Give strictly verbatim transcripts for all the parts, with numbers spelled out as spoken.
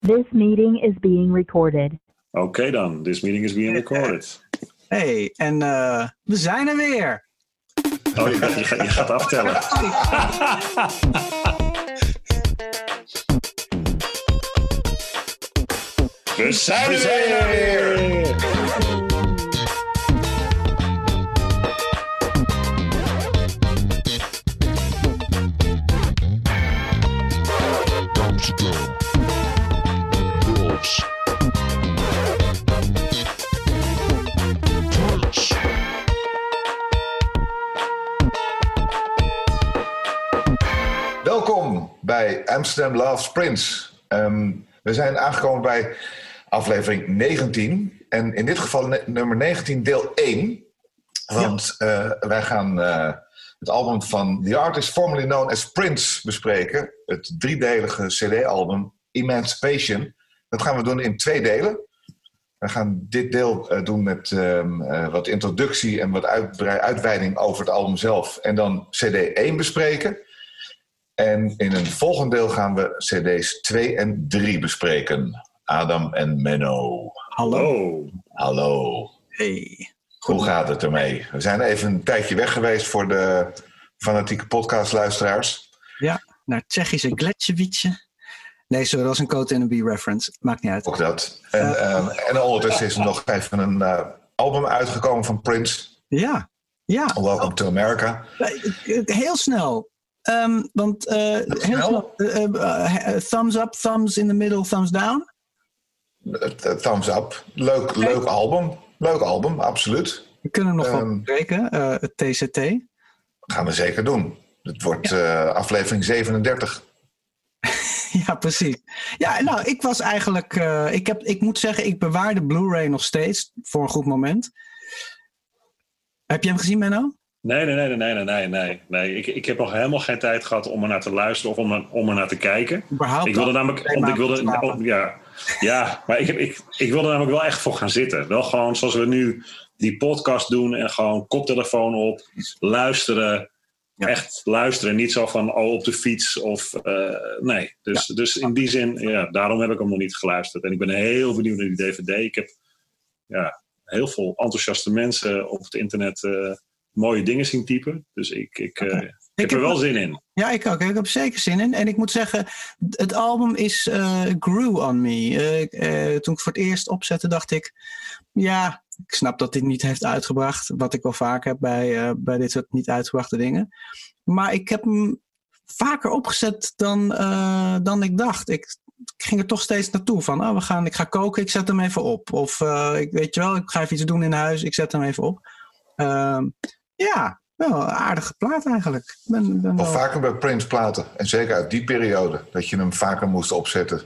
This meeting is being recorded. Oké okay dan, this meeting is being recorded. Hey, en uh, we zijn er weer. Oh, je, je, je gaat aftellen. We zijn er weer! Welkom bij Amsterdam Loves Prince. Um, we zijn aangekomen bij aflevering negentien. En in dit geval ne- nummer negentien, deel één. Want ja. uh, wij gaan uh, het album van the artist formerly known as Prince bespreken. Het driedelige cd-album Emancipation. Dat gaan we doen in twee delen. We gaan dit deel uh, doen met um, uh, wat introductie en wat uitbrei- uitweiding over het album zelf. En dan cd één bespreken. En in een volgend deel gaan we cd's twee en drie bespreken. Adam en Menno. Hallo. Hallo. Hey. Hoe gaat het ermee? We zijn even een tijdje weg geweest voor de fanatieke podcastluisteraars. Ja, naar Tsjechische Gletsjewietje. Nee, sorry, dat was een Code N B reference. Maakt niet uit. Ook dat. En, uh, uh, en ondertussen is er nog even een uh, album uitgekomen van Prince. Ja. ja. Welcome oh. to America. Heel snel. Um, want uh, heel snel. Uh, uh, uh, thumbs up, thumbs in the middle, thumbs down? Uh, thumbs up. Leuk, okay. leuk album. Leuk album, absoluut. We kunnen nog um, wat bespreken, uh, het T C T. Gaan we zeker doen. Het wordt ja. uh, aflevering zevenendertig. Ja, precies. Ja, nou, ik was eigenlijk... Uh, ik, heb, ik moet zeggen, ik bewaar de Blu-ray nog steeds voor een goed moment. Heb je hem gezien, Menno? Nee, nee, nee, nee, nee, nee, nee. nee. Ik, ik heb nog helemaal geen tijd gehad om er naar te luisteren of om er, om er naar te kijken. Überhaupt ik wilde namelijk, want ik wilde, oh, ja, ja, maar ik, ik, ik wilde namelijk wel echt voor gaan zitten. Wel gewoon zoals we nu die podcast doen en gewoon koptelefoon op, luisteren. Ja. Echt luisteren, niet zo van oh, op de fiets of uh, nee. Dus, ja. dus in die zin, ja, daarom heb ik hem nog niet geluisterd. En ik ben heel benieuwd naar die D V D. Ik heb ja, heel veel enthousiaste mensen op het internet uh, mooie dingen zien typen. Dus ik, ik, uh, okay. ik, ik heb er wel zin in. Ja, ik ook. Ik heb zeker zin in. En ik moet zeggen, het album is uh, grew on me. Uh, uh, toen ik voor het eerst opzette, dacht ik, ja, ik snap dat dit niet heeft uitgebracht. Wat ik wel vaak heb bij, uh, bij dit soort niet uitgebrachte dingen. Maar ik heb hem vaker opgezet dan, uh, dan ik dacht. Ik, ik ging er toch steeds naartoe van, oh, we gaan, ik ga koken, ik zet hem even op. Of uh, ik weet je wel, ik ga even iets doen in huis, ik zet hem even op. Uh, ja, wel een aardige plaat eigenlijk. Ben, ben wel wel... vaker bij Prince platen. En zeker uit die periode, dat je hem vaker moest opzetten.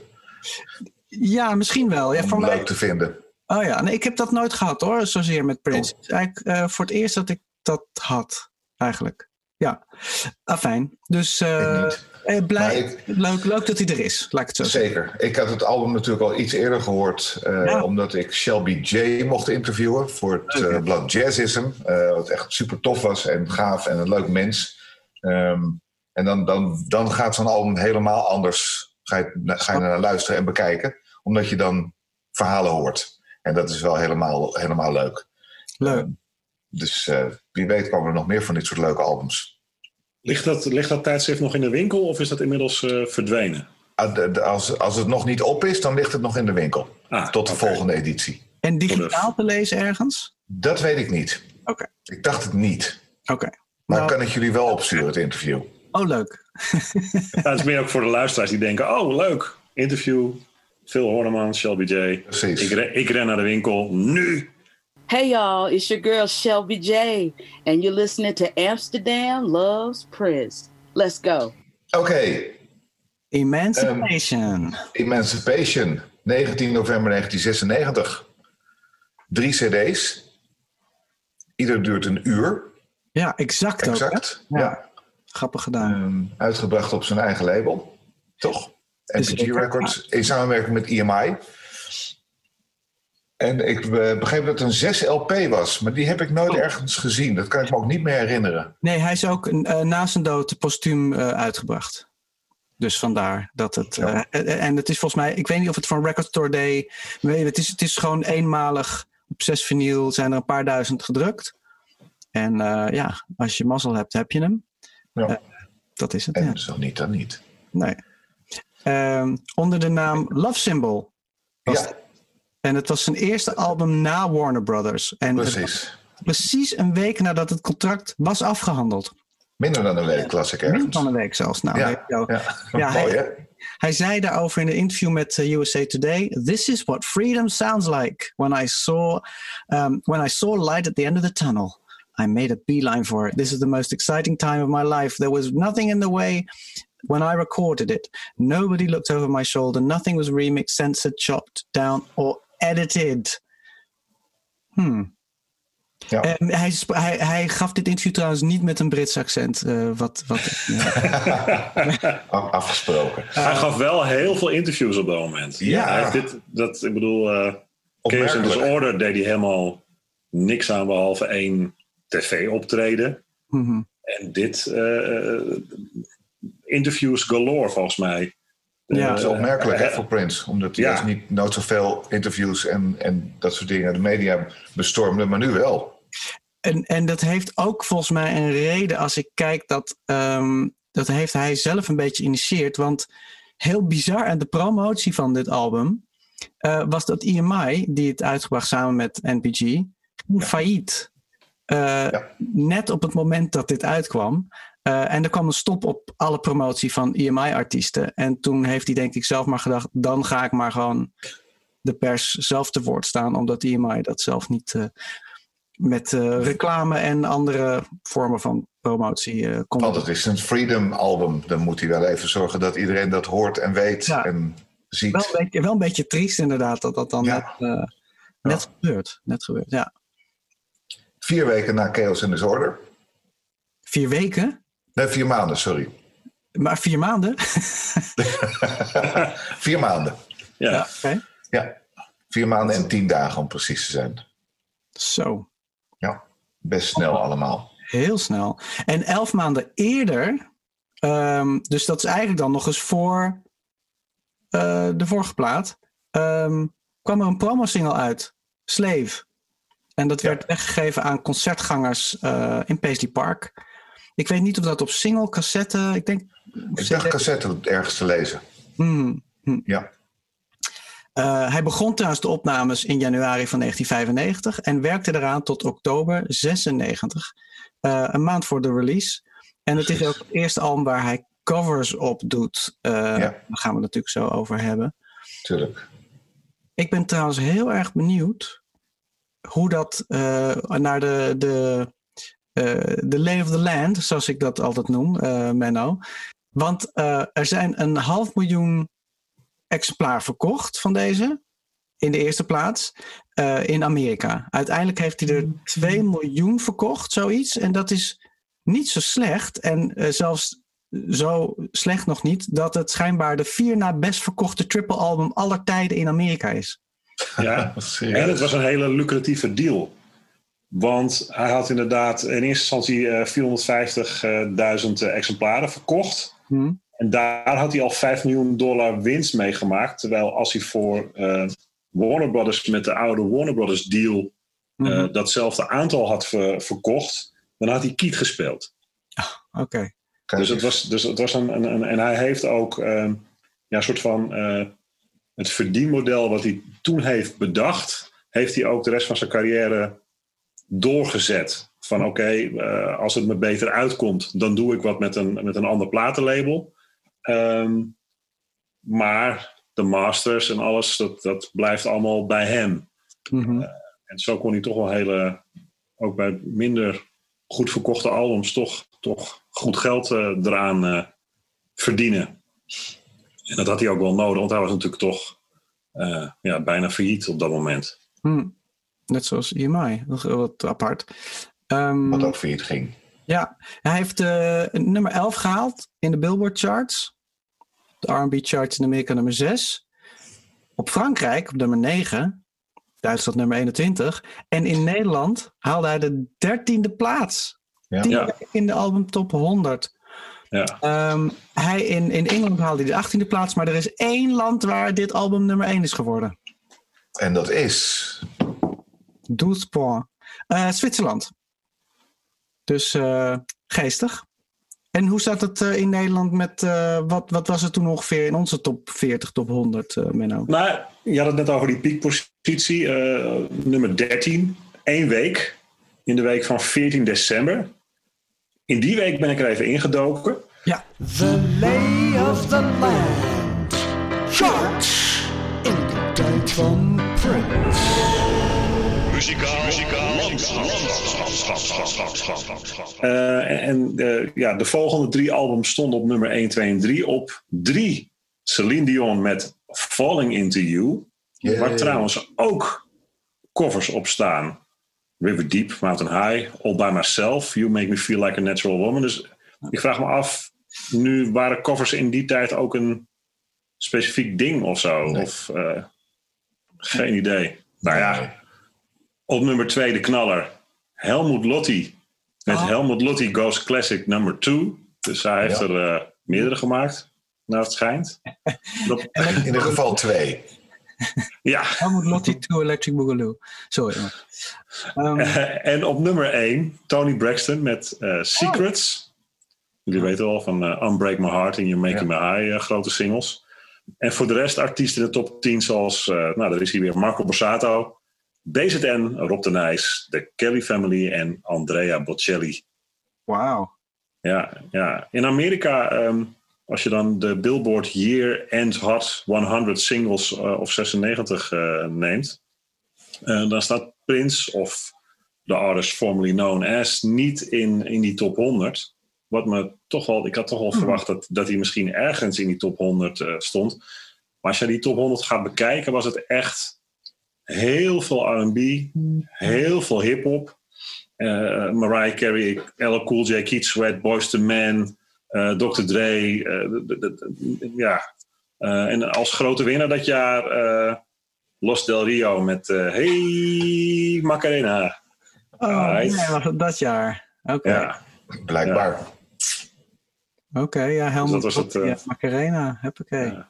Ja, misschien wel. Ja, om voor hem mij... leuk te vinden. Oh ja, nee, ik heb dat nooit gehad hoor, zozeer met Prince. Het is eigenlijk uh, voor het eerst dat ik dat had, eigenlijk. Ja, afijn. Dus uh, eh, blij, ik, leuk, leuk dat hij er is, laat ik het zo zeker. zeggen. Zeker. Ik had het album natuurlijk al iets eerder gehoord, uh, ja. omdat ik Shelby J mocht interviewen voor het uh, blad Jazzism. Uh, wat echt super tof was en gaaf en een leuk mens. Um, en dan, dan, dan gaat zo'n album helemaal anders. Ga je, ga je naar luisteren en bekijken, omdat je dan verhalen hoort. En dat is wel helemaal, helemaal leuk. Leuk. Uh, dus uh, wie weet komen er nog meer van dit soort leuke albums. Ligt dat, ligt dat tijdschrift nog in de winkel of is dat inmiddels uh, verdwenen? Als, als het nog niet op is, dan ligt het nog in de winkel. Ah, tot de okay. volgende editie. En digitaal te lezen ergens? Dat weet ik niet. Oké. Okay. Ik dacht het niet. Oké. Okay. Maar nou, kan ik jullie wel opsturen, het interview? Oh, leuk. Dat is meer ook voor de luisteraars die denken, oh, leuk. Interview. Phil Horneman, Shelby J. Precies. Ik, re- ik ren naar de winkel nu. Hey y'all, it's your girl Shelby J. And you're listening to Amsterdam Loves Prince. Let's go. Oké. Okay. Emancipation. Um, Emancipation. negentien november negentien zesennegentig. Drie cd's. Ieder duurt een uur. Ja, exact. Exact, ook, ja. ja. Grappig gedaan. Um, uitgebracht op zijn eigen label. Toch? N P G Records. In samenwerking met E M I. En ik uh, begreep dat het een zes L P was. Maar die heb ik nooit oh. ergens gezien. Dat kan ik me ook niet meer herinneren. Nee, hij is ook uh, na zijn dood postuum uh, uitgebracht. Dus vandaar dat het... Ja. Uh, en het is volgens mij... Ik weet niet of het van Record Store Day... Nee, het is, het is gewoon eenmalig... Op zes vinyl zijn er een paar duizend gedrukt. En uh, ja, als je mazzel hebt, heb je hem. Ja. Uh, dat is het, En ja. zo niet, dan niet. Nee. Uh, onder de naam Love Symbol. Was Ja. het. En het was zijn eerste album na Warner Brothers. En Precies. Precies een week nadat het contract was afgehandeld. Minder dan een week, las ik ergens. Minder dan een week zelfs. Nou, Ja, weet je wel. ja. Ja, Mooi, hij, hè? hij zei daarover in een interview met uh, U S A Today: "This is what freedom sounds like when I saw um, when I saw light at the end of the tunnel. I made a beeline for it. This is the most exciting time of my life. There was nothing in the way when I recorded it. Nobody looked over my shoulder. Nothing was remixed, censored, chopped down or edited." Hmm. Ja. En hij, sp- hij, hij gaf dit interview trouwens niet met een Brits accent. Uh, wat, wat, ja. Afgesproken. Hij gaf wel heel veel interviews op dat moment. Ja. Hij heeft dit, dat, ik bedoel, uh, Chaos and Opmerkelijk. Disorder deed hij helemaal niks aan behalve één tv-optreden. Mm-hmm. En dit, uh, interviews galore volgens mij. Ja. Dat is opmerkelijk hè, Uh, voor Prince. Omdat hij ja. dus niet nooit zoveel interviews en, en dat soort dingen de media bestormde, maar nu wel. En, en dat heeft ook volgens mij een reden als ik kijk dat... Um, dat heeft hij zelf een beetje initieerd. Want heel bizar aan de promotie van dit album... Uh, was dat E M I, die het uitgebracht samen met N P G... ging Ja. failliet. Uh, Ja. Net op het moment dat dit uitkwam... Uh, en er kwam een stop op alle promotie van E M I-artiesten. En toen heeft hij denk ik zelf maar gedacht... dan ga ik maar gewoon de pers zelf te woord staan... omdat E M I dat zelf niet uh, met uh, reclame en andere vormen van promotie uh, kon. Want het is een Freedom album. Dan moet hij wel even zorgen dat iedereen dat hoort en weet Ja. en ziet. Wel een, beetje, wel een beetje triest inderdaad dat dat dan Ja. net, uh, net gebeurt. Net gebeurt, ja. Vier weken na Chaos and Disorder. Vier weken? Nee, vier maanden, sorry. Maar vier maanden? Vier maanden. Ja. Ja, oké. Ja, vier maanden en tien dagen om precies te zijn. Zo. Ja, best snel allemaal. Heel snel. En elf maanden eerder, um, dus dat is eigenlijk dan nog eens voor uh, de vorige plaat, um, kwam er een promosingle uit, Slave. En dat Ja. werd weggegeven aan concertgangers uh, in Paisley Park. Ik weet niet of dat op single, cassette, ik denk... Ik dacht cassette ergens te lezen. Hmm, hmm. Ja. Uh, hij begon trouwens de opnames in januari van negentien vijfennegentig en werkte eraan tot oktober zesennegentig. Uh, een maand voor de release. En het is ook het eerste album waar hij covers op doet. Uh, Ja. Daar gaan we het natuurlijk zo over hebben. Tuurlijk. Ik ben trouwens heel erg benieuwd hoe dat uh, naar de, de, uh, de lay of the land, zoals ik dat altijd noem, uh, Menno. Want uh, er zijn een half miljoen exemplaar verkocht van deze. In de eerste plaats. Uh, in Amerika. Uiteindelijk heeft hij er twee miljoen verkocht. Zoiets. En dat is niet zo slecht. En uh, zelfs zo slecht nog niet. Dat het schijnbaar de vier na best verkochte triple album aller tijden in Amerika is. Ja. Serieus? En het was een hele lucratieve deal. Want hij had inderdaad in eerste instantie uh, vierhonderdvijftigduizend uh, exemplaren verkocht. Hmm. En daar had hij al vijf miljoen dollar winst mee gemaakt. Terwijl als hij voor uh, Warner Brothers met de oude Warner Brothers deal uh, Mm-hmm. datzelfde aantal had ver, verkocht, dan had hij kiet gespeeld. Oké. Okay. Dus het was, dus het was een, een, een. En hij heeft ook uh, ja, een soort van. Uh, het verdienmodel wat hij toen heeft bedacht, heeft hij ook de rest van zijn carrière doorgezet. Van oké, okay, uh, als het me beter uitkomt, dan doe ik wat met een, met een ander platenlabel. Um, maar de masters en alles, dat, dat blijft allemaal bij hem. Mm-hmm. Uh, en zo kon hij toch wel hele, ook bij minder goed verkochte albums, toch, toch goed geld uh, eraan uh, verdienen. En dat had hij ook wel nodig, want hij was natuurlijk toch uh, ja, bijna failliet op dat moment. Hmm. Net zoals E M I, wat apart. Um, Wat ook failliet ging. Ja, hij heeft uh, nummer elf gehaald in de Billboard charts. De R en B charts in Amerika nummer zes. Op Frankrijk op nummer negen. Duitsland nummer eenentwintig. En in Nederland haalde hij de dertiende plaats. Ja. Tien Ja. weken in de album top honderd. Ja. Um, hij in, in Engeland haalde hij de achttiende plaats, maar er is één land waar dit album nummer één is geworden. En dat is... douze points. Uh, Zwitserland. Dus uh, geestig. En hoe staat het uh, in Nederland met... Uh, wat, wat was het toen ongeveer in onze top veertig, top honderd, uh, Menno? Nou, je had het net over die piekpositie. Uh, nummer dertien. Eén week. In de week van veertien december. In die week ben ik er even ingedoken. Ja. The lay of the land. Charts in de tijd van Prince. Muzikaal, muzikaal, uh, en uh, ja, de volgende drie albums stonden op nummer één, twee en drie. Op drie Celine Dion met Falling Into You. Yeah. Waar trouwens ook covers op staan. River Deep, Mountain High, All By Myself, You Make Me Feel Like a Natural Woman. Dus ik vraag me af, nu waren covers in die tijd ook een specifiek ding of zo? Nee. Of uh, geen idee. Nou ja, op nummer twee de knaller. Helmut Lotti. Met oh. Helmut Lotti Goes Classic number two. Dus hij heeft ja. er uh, meerdere gemaakt, naar het schijnt. In ieder geval twee. Ja. Helmut Lotti two Electric Boogaloo. Sorry. Um. Uh, en op nummer één Tony Braxton met uh, Secrets. Oh. Jullie weten al van uh, Unbreak My Heart en You're Making ja. Me High, uh, grote singles. En voor de rest artiesten in de top tien zoals, uh, nou daar is hier weer Marco Borsato, B Z N, Rob de Nijs, de Kelly Family en Andrea Bocelli. Wauw. Ja, ja. In Amerika, um, als je dan de Billboard Year End Hot honderd Singles uh, of zesennegentig uh, neemt, uh, dan staat Prince of de artist formerly known as niet in, in die top honderd. Wat me toch wel, ik had toch wel hmm. verwacht dat, dat hij misschien ergens in die top honderd uh, stond. Maar als je die top honderd gaat bekijken, was het echt heel veel R en B, heel veel hip-hop. Uh, Mariah Carey, L L Cool J, Keith Sweat, Boyz two Men, uh, dokter Dre. Uh, d- d- d- ja. Uh, en als grote winnaar dat jaar uh, Los Del Rio met uh, Hey Macarena. Oh, right. Nee, was het dat jaar? Oké. Okay. Ja. Blijkbaar. Ja. Oké, okay, ja, Helmut dus Lotti, uh, ja, Macarena, huppakee. Ja.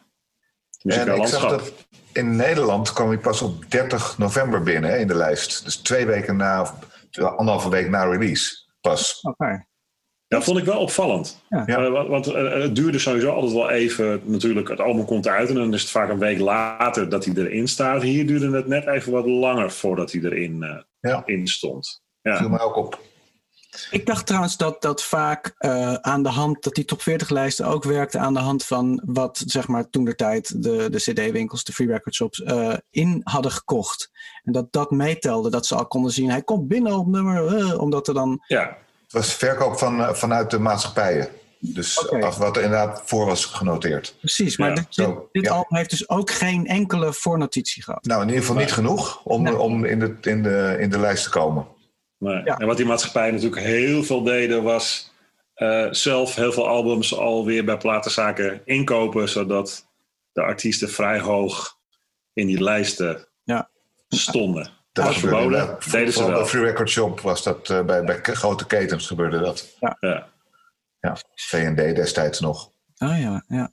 En ik zag dat in Nederland kwam hij pas op dertig november binnen hè, in de lijst. Dus twee weken na, of anderhalve week na release pas. Oké. Okay. Dat vond ik wel opvallend. Ja. Uh, want want uh, het duurde sowieso altijd wel even. Natuurlijk, het album komt eruit en dan is het vaak een week later dat hij erin staat. Hier duurde het net even wat langer voordat hij erin uh, ja. in stond. Ja. Viel me ook op. Ik dacht trouwens dat dat vaak uh, aan de hand, dat die top veertig lijsten ook werkte aan de hand van wat zeg maar toentertijd de, de cd-winkels, de free record shops uh, in hadden gekocht. En dat dat meetelde, dat ze al konden zien, hij komt binnen op nummer, uh, omdat er dan... Ja. Het was verkoop van, uh, vanuit de maatschappijen. Dus okay. Als wat er inderdaad voor was genoteerd. Precies, maar ja. dit, dit, dit ja. album heeft dus ook geen enkele voornotitie gehad. Nou, in ieder geval niet maar, genoeg om, nee. om in, de, in, de, in de lijst te komen. Nee. Ja. En wat die maatschappij natuurlijk heel veel deden was uh, zelf heel veel albums alweer bij platenzaken inkopen, zodat de artiesten vrij hoog in die lijsten ja. stonden. Dat was verboden. Dat deden ze wel. Bij Free Record Shop was dat, uh, bij, bij grote ketens gebeurde dat. Ja. Ja. Ja, V en D destijds nog. Oh ja, ja.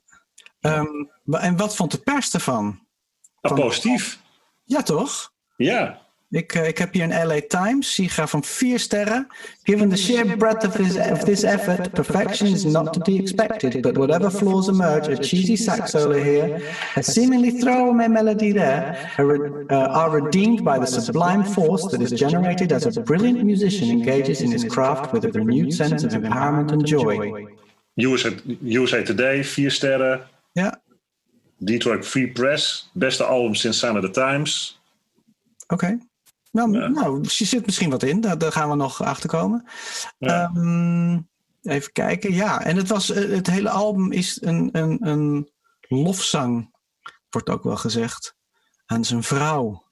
Um, en wat vond de pers ervan? Van... Positief. Ja, toch? Ja. Ik, uh, ik heb hier een L A Times. Die gaat van vier sterren. Given the sheer breadth of, his, of this effort, perfection is not to be expected, but whatever flaws emerge, a cheesy sax solo here, a seemingly throwaway melody there, are, re- uh, are redeemed by the sublime force that is generated as a brilliant musician engages in his craft with a renewed sense of empowerment and joy. U S A, U S A Today, vier sterren. Ja. Detroit Free Press, beste album sinds Sign of the Times. Oké. Okay. Nou, ja. nou, er zit misschien wat in. Daar, daar gaan we nog achter komen. Ja. Um, even kijken. Ja, en het, was, het hele album is een, een, een lofzang, wordt ook wel gezegd, aan zijn vrouw.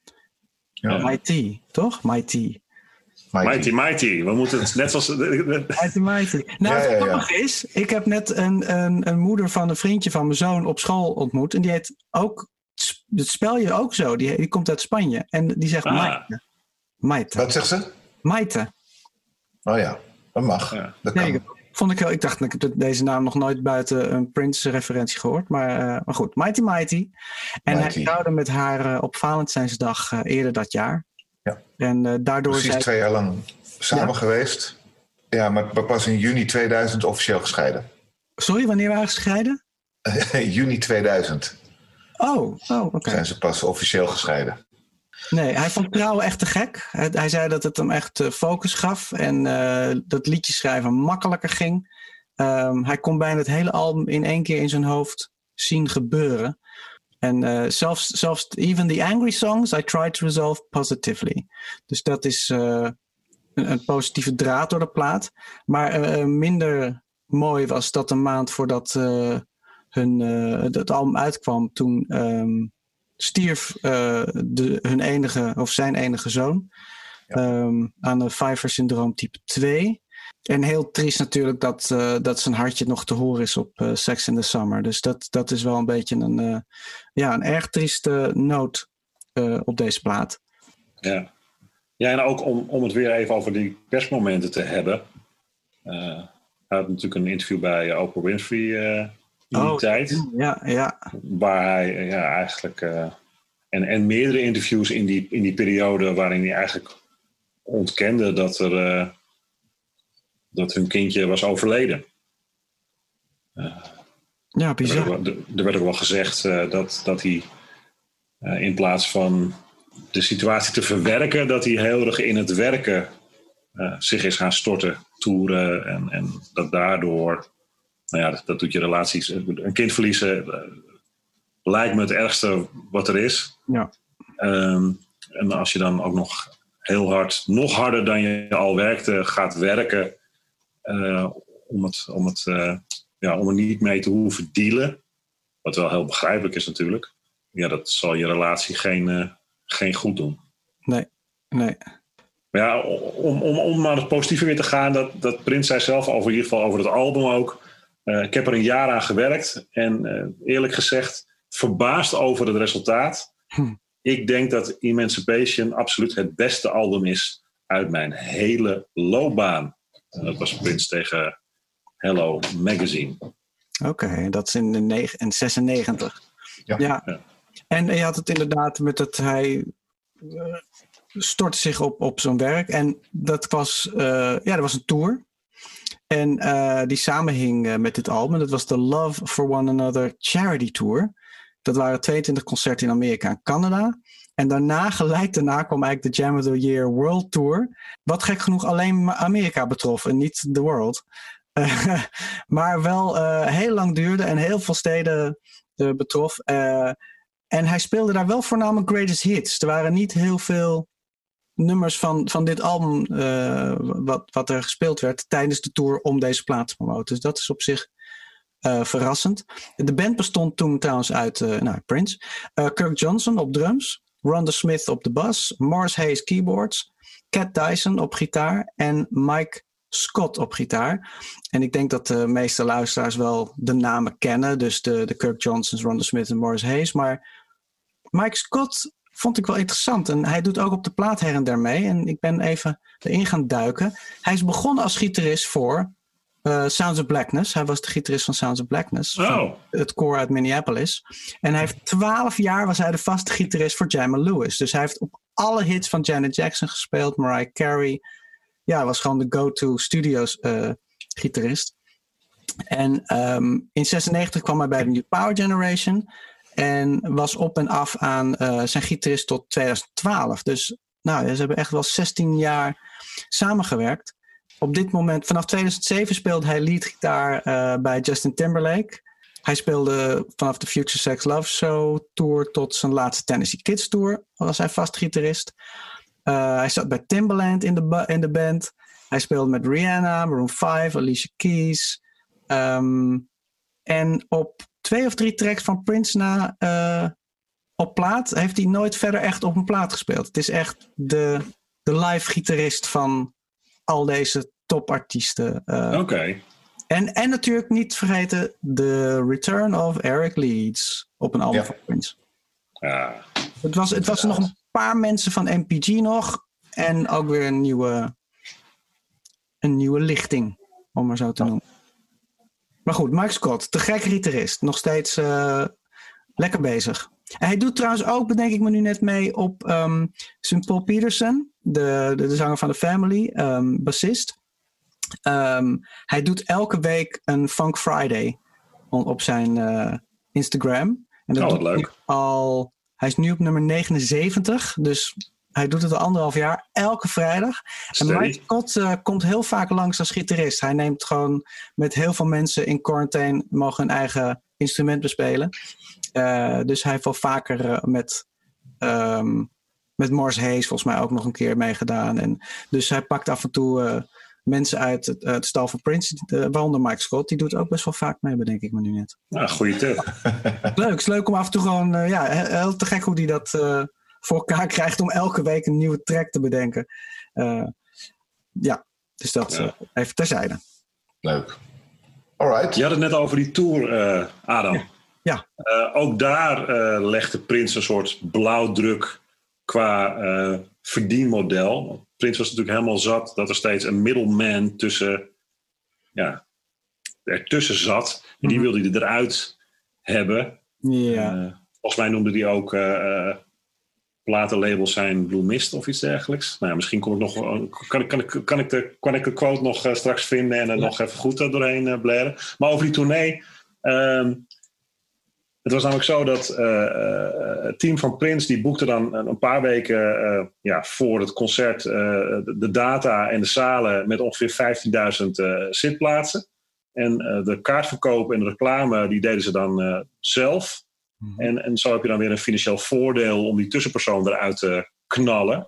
Ja. Mighty, toch? Mighty. Mighty, mighty. mighty. We moeten het net zoals... mighty, mighty. Nou, ja, ja, ja. Het grappige is, ik heb net een, een, een moeder van een vriendje van mijn zoon op school ontmoet. En die heet ook... Dat spel je ook zo. Die, die komt uit Spanje. En die zegt ah. Maite. Maite. Wat zegt ze? Maite. Oh ja, dat mag. Ja. Dat kan. Vond ik heel, ik dacht, ik heb deze naam nog nooit buiten een Prince-referentie gehoord. Maar, uh, maar goed, Mighty Mighty. En Mighty. hij trouwde met haar uh, op Valentijnsdag uh, eerder dat jaar. Ja. En uh, daardoor Precies zij... twee jaar lang samen Ja. geweest. Ja, maar pas in juni tweeduizend officieel gescheiden. Sorry, wanneer waren ze gescheiden? juni tweeduizend Oh, oh oké. zijn ze pas officieel gescheiden. Nee, hij vond trouwen echt te gek. Hij, hij zei dat het hem echt uh, focus gaf en uh, dat liedjes schrijven makkelijker ging. Um, hij kon bijna het hele album in één keer in zijn hoofd zien gebeuren. En uh, zelfs, zelfs even the angry songs, I tried to resolve positively. Dus dat is uh, een, een positieve draad door de plaat. Maar uh, minder mooi was dat een maand voordat uh, hun, uh, het album uitkwam, toen um, stierf uh, de, hun enige, of zijn enige zoon. Ja. Um, aan de Pfeiffer-syndroom type twee. En heel triest natuurlijk dat, uh, dat zijn hartje nog te horen is op uh, Sex in the Summer. Dus dat, dat is wel een beetje een, uh, ja, een erg trieste noot uh, op deze plaat. Ja, ja en ook om, om het weer even over die persmomenten te hebben. Uh, hij had natuurlijk een interview bij Oprah Winfrey uh, in die oh, tijd. Ja, ja. Waar hij uh, ja, eigenlijk... Uh, en, en meerdere interviews in die, in die periode waarin hij eigenlijk ontkende dat er... Uh, dat hun kindje was overleden. Uh, ja, bizar. Er werd ook wel, er werd ook wel gezegd uh, dat, dat hij uh, in plaats van de situatie te verwerken, dat hij heel erg in het werken uh, zich is gaan storten, toeren. En, en dat daardoor, nou ja, dat, dat doet je relaties. Een kind verliezen uh, lijkt me het ergste wat er is. Ja. Um, en als je dan ook nog heel hard, nog harder dan je al werkte, gaat werken. Uh, om, het, om, het, uh, ja, om er niet mee te hoeven dealen. Wat wel heel begrijpelijk is natuurlijk. Ja, dat zal je relatie geen, uh, geen goed doen. Nee, nee. Maar ja, om, om, om naar het positieve weer te gaan. Dat, dat Prince zei zelf over, in ieder geval over het album ook. Uh, ik heb er een jaar aan gewerkt. En uh, eerlijk gezegd verbaasd over het resultaat. Hm. Ik denk dat Emancipation absoluut het beste album is uit mijn hele loopbaan. En dat was Prince tegen Hello Magazine. Oké, okay, dat is in, de neg- in zesennegentig. Ja. Ja. Ja. En je had het inderdaad met dat hij uh, stortte zich op, op zo'n werk. En dat was, uh, ja, dat was een tour. En uh, die samenhing uh, met dit album. Dat was de Love for One Another Charity Tour. Dat waren tweeëntwintig concerten in Amerika en Canada. En daarna, gelijk daarna, kwam eigenlijk de Jam of the Year World Tour. Wat gek genoeg alleen Amerika betrof en niet the world. Uh, maar wel uh, heel lang duurde en heel veel steden uh, betrof. Uh, en hij speelde daar wel voornamelijk greatest hits. Er waren niet heel veel nummers van, van dit album uh, wat, wat er gespeeld werd tijdens de tour om deze plaat te promoten. Dus dat is op zich uh, verrassend. De band bestond toen trouwens uit uh, nou, Prince. Uh, Kirk Johnson op drums. Rhonda Smith op de bas, Morris Hayes keyboards, Cat Dyson op gitaar en Mike Scott op gitaar. En ik denk dat de meeste luisteraars wel de namen kennen, dus de, de Kirk Johnsons, Rhonda Smith en Morris Hayes. Maar Mike Scott vond ik wel interessant en hij doet ook op de plaat her en der mee. En ik ben even erin gaan duiken. Hij is begonnen als gitarist voor Uh, Sounds of Blackness. Hij was de gitarist van Sounds of Blackness. Oh. Van het koor uit Minneapolis. En hij heeft twaalf jaar was hij de vaste gitarist voor Jamie Lewis. Dus hij heeft op alle hits van Janet Jackson gespeeld. Mariah Carey. Ja, hij was gewoon de go-to studios uh, gitarist. En um, in zesennegentig kwam hij bij de New Power Generation. En was op en af aan uh, zijn gitarist tot tweeduizend twaalf. Dus nou, ze hebben echt wel zestien jaar samengewerkt. Op dit moment, vanaf tweeduizend zeven speelde hij leadgitaar uh, bij Justin Timberlake. Hij speelde vanaf de Future Sex Love Show tour tot zijn laatste Tennessee Kids tour. Was hij vast gitarist. Uh, hij zat bij Timbaland in de, ba- in de band. Hij speelde met Rihanna, Maroon vijf, Alicia Keys. Um, en op twee of drie tracks van Prince na uh, op plaat heeft hij nooit verder echt op een plaat gespeeld. Het is echt de, de live gitarist van al deze topartiesten. Uh, Oké. Okay. En, en natuurlijk niet vergeten The Return of Eric Leeds op een album ja. van Prince. Ja. Het was, het was er nog een paar mensen van M P G nog en ook weer een nieuwe, een nieuwe lichting. om maar zo te noemen. Maar goed, Mike Scott, te gek gitarist. Nog steeds uh, lekker bezig. En hij doet trouwens ook, bedenk ik me nu net mee, op um, Saint Paul Peterson, de, de, de zanger van The Family, um, bassist. Um, hij doet elke week een Funk Friday on, op zijn uh, Instagram. En dat oh, doet leuk. Hij, al, hij is nu op nummer negenenzeventig, dus hij doet het al anderhalf jaar, elke vrijdag. Steady. En Mike Scott uh, komt heel vaak langs als gitarist. Hij neemt gewoon met heel veel mensen in quarantine, mogen hun eigen instrument bespelen. Uh, dus hij heeft wel vaker uh, met, um, met Morris Hayes volgens mij ook nog een keer meegedaan. En dus hij pakt af en toe uh, mensen uit het, uh, het stal van Prince, uh, waaronder Mike Scott. Die doet ook best wel vaak mee, bedenk ik me nu net. Nou, goeie tip. Leuk, het is leuk om af en toe gewoon, uh, ja, heel te gek hoe hij dat uh, voor elkaar krijgt om elke week een nieuwe track te bedenken. Uh, ja, dus dat Ja. Uh, even terzijde. Leuk. Alright. Je had het net over die tour, uh, Adam. Ja. Ja. Uh, ook daar uh, legde Prince een soort blauwdruk qua uh, verdienmodel. Prince was natuurlijk helemaal zat dat er steeds een middleman tussen, ja, ertussen zat. En die Mhm. wilde hij eruit hebben. Ja. Uh, volgens mij noemde hij ook uh, uh, platenlabels zijn Blue Mist of iets dergelijks. Nou, misschien kom ik nog, kan, ik, kan, ik, kan, ik de, kan ik de quote nog uh, straks vinden en er Ja. nog even goed uh, doorheen uh, blaren. Maar over die tournee. Um, het was namelijk zo dat uh, uh, het team van Prince die boekte dan een paar weken uh, ja, voor het concert uh, de, de data en de zalen met ongeveer vijftienduizend uh, zitplaatsen. En uh, de kaartverkoop en de reclame die deden ze dan uh, zelf. Mhm. En, en zo heb je dan weer een financieel voordeel om die tussenpersoon eruit te knallen.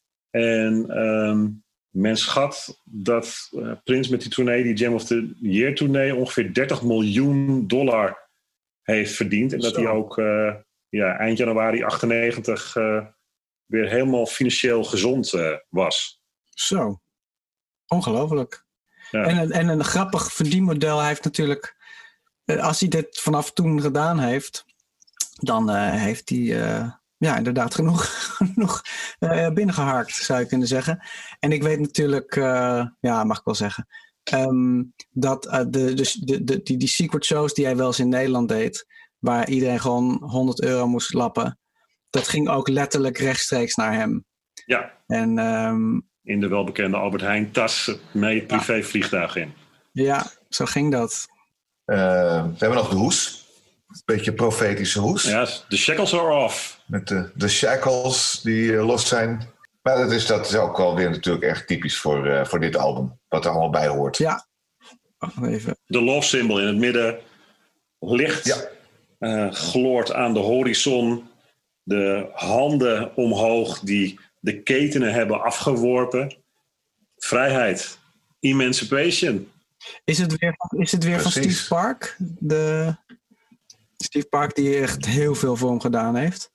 En um, men schat dat uh, Prince met die tournee, die Jam of the Year tournee, ongeveer dertig miljoen dollar heeft verdiend. En dat Zo. hij ook uh, ja, eind januari achtennegentig uh, weer helemaal financieel gezond uh, was. Zo. Ongelooflijk. Ja. En, een- en een grappig verdienmodel. Hij heeft natuurlijk, eh, als hij dit vanaf toen gedaan heeft, dan uh, heeft hij uh, ja, inderdaad genoeg, genoeg uh, binnengeharkt, zou je kunnen zeggen. En ik weet natuurlijk, uh, ja, mag ik wel zeggen, um, dat uh, de, dus de, de, die, die secret shows die hij wel eens in Nederland deed, waar iedereen gewoon honderd euro moest lappen, dat ging ook letterlijk rechtstreeks naar hem. Ja, En um, in de welbekende Albert Heijn tas mee het privévliegtuig in. ja, zo ging dat. Uh, we hebben nog de hoes. Een beetje profetische hoes. Ja, de shackles are off. Met de, de shackles die uh, los zijn. Maar dat is, dat is ook wel weer natuurlijk echt typisch voor, uh, voor dit album. Wat er allemaal bij hoort. Ja. Wacht even. De love symbol in het midden. Licht Ja. uh, gloort aan de horizon. De handen omhoog die de ketenen hebben afgeworpen. Vrijheid. Emancipation. Is het weer, is het weer van Precies. Steve Park? De Steve Park die echt heel veel voor hem gedaan heeft.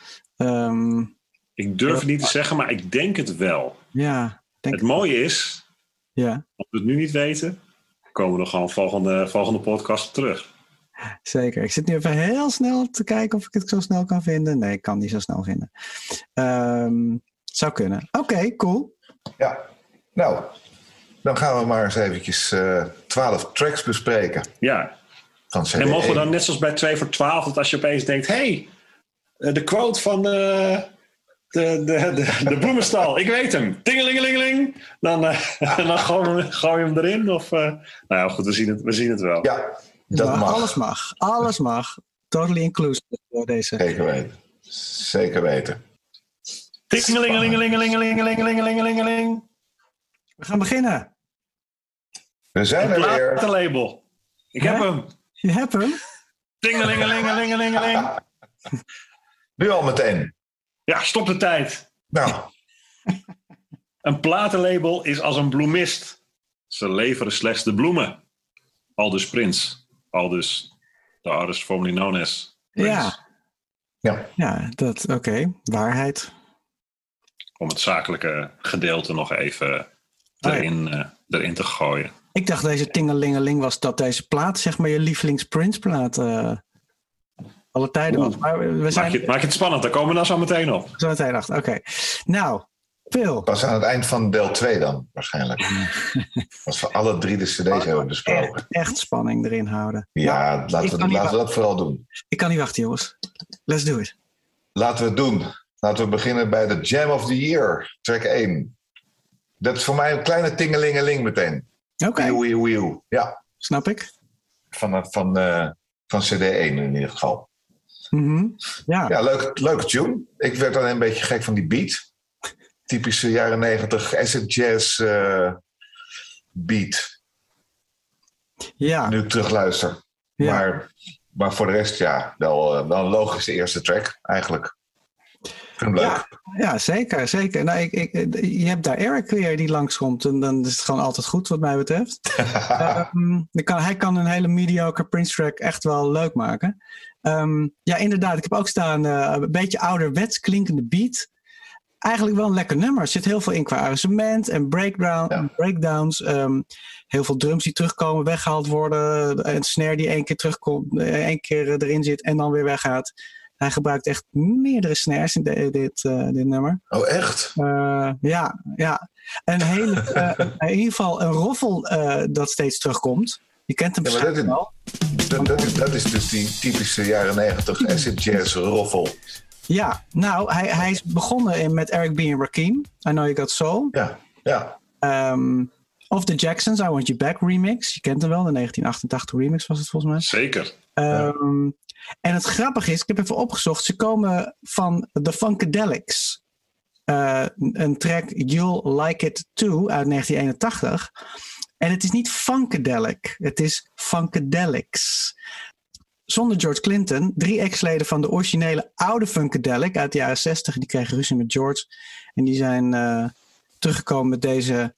Um, Ik durf het niet te zeggen, maar ik denk het wel. ja, denk Het mooie is, ja, als we het nu niet weten, komen we er gewoon volgende, volgende podcast op terug. zeker. Ik zit nu even heel snel te kijken of ik het zo snel kan vinden. Nee, ik kan niet zo snel vinden. Um, zou kunnen. Oké, okay, cool. Ja. Nou, dan gaan we maar eens eventjes uh, twaalf tracks bespreken. Ja. Van C D En mogen we dan één. net zoals bij twee voor twaalf, dat als je opeens denkt, hé, hey, de quote van de, de, de, de, de bloemenstal, ik weet hem, tingelingelingeling, dan, uh, dan gooi, je, gooi je hem erin? Of, uh, nou ja, goed, we zien het, we zien het wel. Ja, dat Maar mag. Alles mag. Alles mag. Totally inclusive door deze. Zeker weten. Zeker weten. Tingelingelingelingelingelingelingelingelingeling. We gaan beginnen. We zijn er weer. Platenlabel. Ik heb Hè? hem. Je hebt hem. Tingelingelingelingelingeling. Nu al meteen. Ja, stop de tijd. Nou, Een platenlabel is als een bloemist. Ze leveren slechts de bloemen. Aldus Prince. Aldus de artist formerly known as Prince. Ja. ja. Ja, dat, oké. Okay. Waarheid. Om het zakelijke gedeelte nog even erin, uh, erin te gooien. Ik dacht deze tingelingeling was dat deze plaat, zeg maar, je lievelings Prince plaat uh, alle tijden was. Maar we zijn... Maak je, maak je het spannend, daar komen we dan zo meteen op. Zo meteen achter, oké. Okay. Nou, Veel. Pas aan het eind van deel twee dan, waarschijnlijk. Als we alle drie de cd's hebben besproken. Echt, echt spanning erin houden. Ja, Nou, laten, ik we, kan niet laten we wachten. dat vooral doen. Ik kan niet wachten, jongens. Let's do it. Laten we het doen. Laten we beginnen bij de Jam of the Year, track één. Dat is voor mij een kleine tingelingeling meteen. Oké, okay. Wieuw, wieuw, wieuw. Ja, snap ik. van, van, uh, van cd één in ieder geval. Mm-hmm. Ja, ja leuk, leuke tune. Ik werd dan een beetje gek van die beat. Typische jaren negentig acid jazz uh, beat. Ja. Nu ik terugluister. Ja. Maar, maar voor de rest, ja, wel, uh, wel een logische eerste track eigenlijk. Ik vind hem leuk. Ja, ja zeker. zeker. Nou, ik, ik, je hebt daar Eric weer die langskomt. En dan is het gewoon altijd goed wat mij betreft. um, kan, hij kan een hele mediocre Prince track echt wel leuk maken. Um, ja, inderdaad. Ik heb ook staan uh, een beetje ouderwets klinkende beat. Eigenlijk wel een lekker nummer. Er zit heel veel in qua arrangement en breakdown, ja. breakdowns. Um, heel veel drums die terugkomen, weggehaald worden. Een snare die één keer terugkomt, één keer erin zit en dan weer weggaat. Hij gebruikt echt meerdere snares in de, dit, uh, dit nummer. Oh, echt? Uh, ja, ja. Een hele, uh, in ieder geval een roffel uh, dat steeds terugkomt. Je kent hem ja, waarschijnlijk dat wel. Is, dat, dat, is, dat is dus die typische jaren negentig acid jazz roffel. Ja, nou, hij, hij is begonnen in, met Eric B. en Rakim. I Know You Got Soul. Ja, ja. Um, of The Jacksons, I Want You Back remix. Je kent hem wel, de negentien achtentachtig remix was het volgens mij. Zeker. Um, ja. En het grappige is, ik heb even opgezocht, ze komen van The Funkadelics. Uh, een track You'll Like It Too uit negentien eenentachtig. En het is niet Funkadelic, het is Funkadelics. Zonder George Clinton, drie ex-leden van de originele oude Funkadelic uit de jaren zestig. Die kregen ruzie met George. En die zijn uh, teruggekomen met deze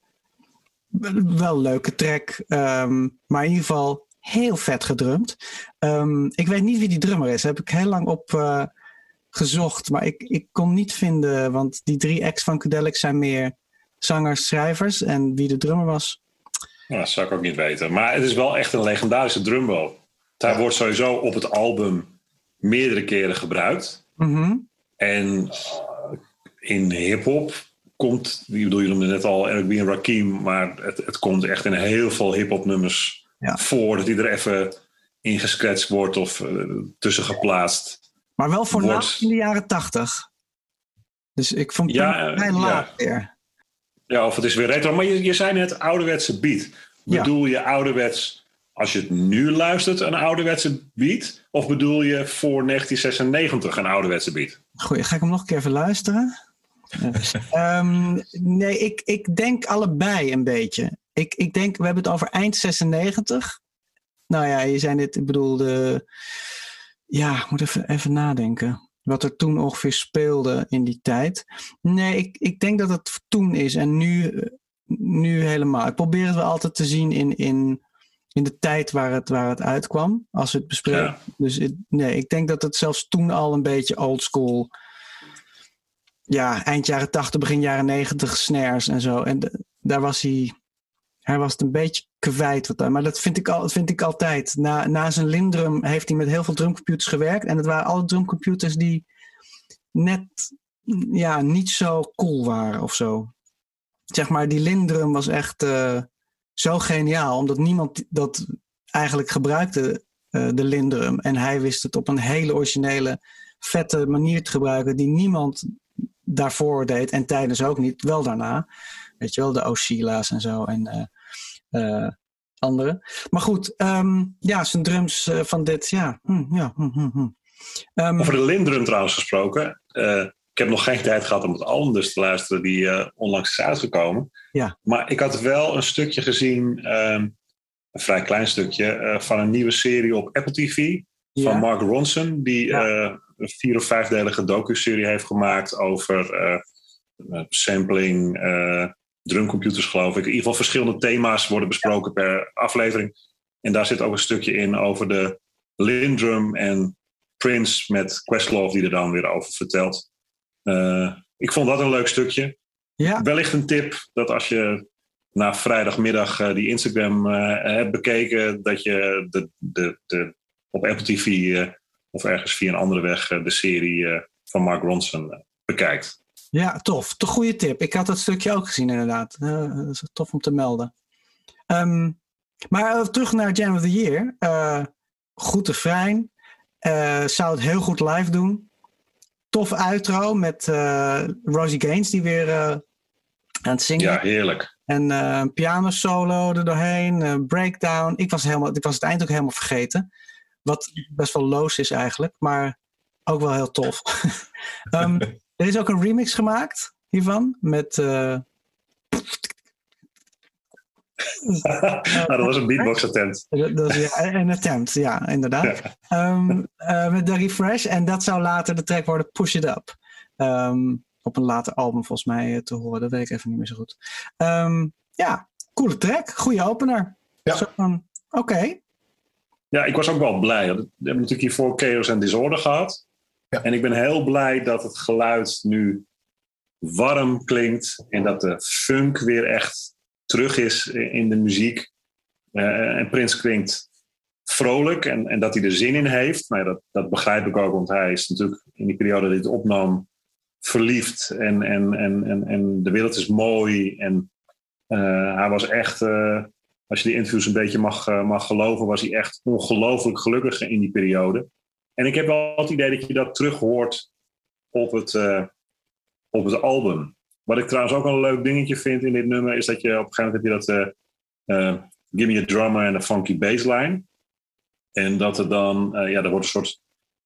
wel leuke track. Um, maar in ieder geval heel vet gedrumd. Um, ik weet niet wie die drummer is. Daar heb ik heel lang op uh, gezocht. Maar ik, ik kon niet vinden. Want die drie ex-Funkadelics zijn meer zangers, schrijvers. En wie de drummer was... Nou, dat zou ik ook niet weten. Maar het is wel echt een legendarische drumbo. Hij wordt sowieso op het album meerdere keren gebruikt. Mm-hmm. En uh, in hip-hop komt, die bedoel je noemde net al Eric B. en Rakim, maar het, het komt echt in heel veel hip-hop nummers ja. voor dat hij er even ingescratcht wordt of uh, tussen geplaatst. Maar wel voornamelijk in de jaren tachtig. Dus ik vond het ja, vrij uh, laat ja. weer. Ja, of het is weer retro. Maar je, je zei net ouderwetse beat. Bedoel ja. je ouderwets als je het nu luistert een ouderwetse beat? Of bedoel je voor negentien zesennegentig een ouderwetse beat? Goeie, ga ik hem nog een keer even luisteren? um, nee, ik, ik denk allebei een beetje. Ik, ik denk, we hebben het over eind zesennegentig. Nou ja, je zei net, ik bedoel, de, ja, ik moet even, even nadenken. Wat er toen ongeveer speelde in die tijd. Nee, ik, ik denk dat het toen is en nu, nu helemaal. Ik probeer het wel altijd te zien in, in, in de tijd waar het, waar het uitkwam. Als we het bespreken. Ja. Dus het, nee, ik denk dat het zelfs toen al een beetje oldschool. Ja, eind jaren tachtig, begin jaren negentig snares en zo. En de, daar was hij. Hij was het een beetje kwijt. Wat, maar dat vind ik, al, vind ik altijd. Na, na zijn Lindrum heeft hij met heel veel drumcomputers gewerkt. En het waren alle drumcomputers die net ja, niet zo cool waren of zo. Zeg maar, die Lindrum was echt uh, zo geniaal. Omdat niemand dat eigenlijk gebruikte, uh, de Lindrum. En hij wist het op een hele originele, vette manier te gebruiken. Die niemand daarvoor deed. En tijdens ook niet. Wel daarna. Weet je wel, de Oscilla's en zo. En uh, uh, andere. Maar goed, um, ja, zijn drums uh, van dit, ja. Hm, ja hm, hm, hm. Um, Over de Lindrum trouwens gesproken. Uh, ik heb nog geen tijd gehad om het album dus te luisteren die uh, onlangs is uitgekomen. Ja. Maar ik had wel een stukje gezien, um, een vrij klein stukje, uh, van een nieuwe serie op Apple T V. Van ja. Mark Ronson, die ja. uh, een vier- of vijfdelige docu-serie heeft gemaakt over uh, sampling, uh, drumcomputers geloof ik. In ieder geval verschillende thema's worden besproken ja. per aflevering. En daar zit ook een stukje in over de Lindrum en Prince met Questlove die er dan weer over vertelt. Uh, ik vond dat een leuk stukje. Ja. Wellicht een tip dat als je na vrijdagmiddag uh, die Instagram uh, hebt bekeken, dat je de, de, de, op Apple T V uh, of ergens via een andere weg uh, de serie uh, van Mark Ronson uh, bekijkt. Ja, tof. Te goede tip. Ik had dat stukje ook gezien inderdaad. Uh, dat is tof om te melden. Um, maar uh, terug naar Jam of the Year. Uh, goed refrein. Uh, zou het heel goed live doen. Tof outro met uh, Rosie Gaines die weer uh, aan het zingen. Ja, heerlijk. En uh, een piano solo er doorheen. Uh, breakdown. Ik was, helemaal, ik was het eind ook helemaal vergeten. Wat best wel loos is eigenlijk. Maar ook wel heel tof. um, er is ook een remix gemaakt hiervan. Met... Uh, nou, dat was een beatbox attempt. Dat, dat is ja, een attempt, ja, inderdaad. Ja. Um, uh, met de refresh. En dat zou later de track worden Push It Up. Um, op een later album volgens mij uh, te horen. Dat weet ik even niet meer zo goed. Um, ja, coole track. Goeie opener. Ja. Oké. Okay. Ja, ik was ook wel blij. We hebben natuurlijk hiervoor Chaos and Disorder gehad. Ja. En ik ben heel blij dat het geluid nu warm klinkt. En dat de funk weer echt terug is in de muziek. Uh, en Prince klinkt vrolijk en, en dat hij er zin in heeft. Maar ja, dat, dat begrijp ik ook, want hij is natuurlijk in die periode dat hij het opnam verliefd. En, en, en, en, en de wereld is mooi. En uh, hij was echt, uh, als je die interviews een beetje mag, uh, mag geloven, was hij echt ongelooflijk gelukkig in die periode. En ik heb wel het idee dat je dat terug hoort op het, uh, op het album. Wat ik trouwens ook een leuk dingetje vind in dit nummer is dat je op een gegeven moment heb je dat uh, uh, Give Me a Drummer en een funky bassline. En dat er dan, uh, ja, er wordt een soort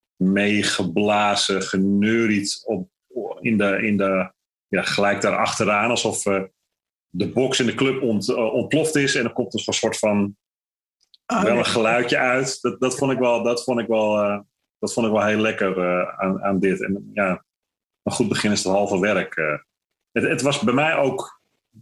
meegeblazen, geneuried op, in de, in de, ja, gelijk daar achteraan, alsof uh, de box in de club ont, uh, ontploft is en er komt een soort van oh, wel een geluidje uit. Dat, dat vond ik wel, dat vond ik wel, uh, dat vond ik wel heel lekker uh, aan, aan dit. En ja, een goed begin is het halve werk. Uh, Het, het was bij mij ook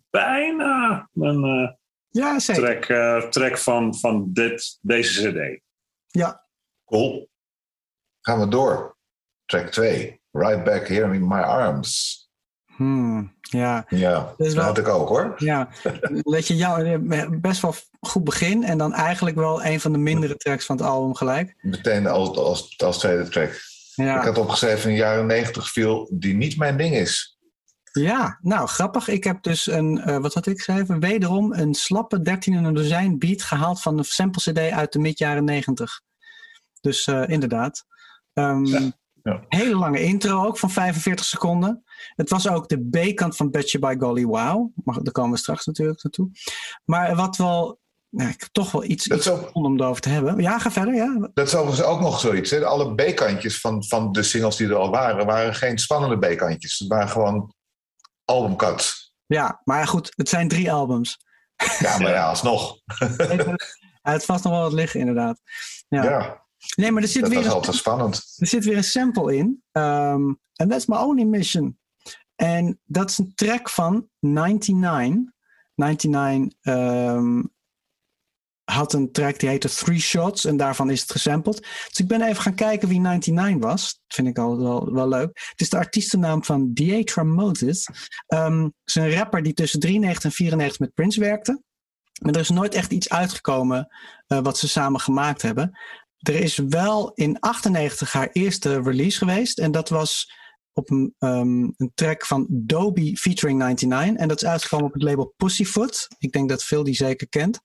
bijna een uh, ja, track, uh, track van, van dit, deze cd. Ja. Cool. Gaan we door. Track twee. Right Back Here in My Arms. Hmm, ja. Ja, dat wel, had ik ook hoor. Ja, weet je, ja, best wel goed begin. En dan eigenlijk wel een van de mindere tracks van het album gelijk. Meteen als, als, als tweede track. Ja. Ik had opgeschreven in de jaren negentig viel die niet mijn ding is. Ja, nou grappig. Ik heb dus een, uh, wat had ik geschreven? Wederom een slappe dertien en een dozijn beat gehaald van een sample cd uit de mid jaren negentig. Dus uh, inderdaad. Um, ja, ja. Hele lange intro ook van vijfenveertig seconden. Het was ook de B-kant van Betcha by Golly Wow. Maar daar komen we straks natuurlijk naartoe. Maar wat wel, nou, ik heb toch wel iets, iets ook, om het over te hebben. Ja, ga verder. Ja. Dat is overigens ook nog zoiets. Hè? Alle B-kantjes van, van de singles die er al waren, waren geen spannende B-kantjes. Het waren gewoon albumcuts. Ja, maar goed, het zijn drie albums. Ja, maar ja, alsnog. Het vast nog wel wat liggen, inderdaad. Ja. ja. Nee, maar er zit dat weer was een, altijd spannend. Er zit weer een sample in. Um, and that's my only mission. En dat is een track van negenennegentig. negenennegentig um, had een track die heette Three Shots. En daarvan is het gesampled. Dus ik ben even gaan kijken wie negenennegentig was. Dat vind ik al wel, wel leuk. Het is de artiestennaam van Deatra Moses. Um, het is een rapper die tussen drieënnegentig en vierennegentig met Prince werkte. Maar er is nooit echt iets uitgekomen uh, wat ze samen gemaakt hebben. Er is wel in achtennegentig haar eerste release geweest. En dat was op een, um, een track van Dobie featuring negenennegentig. En dat is uitgekomen op het label Pussyfoot. Ik denk dat veel die zeker kent.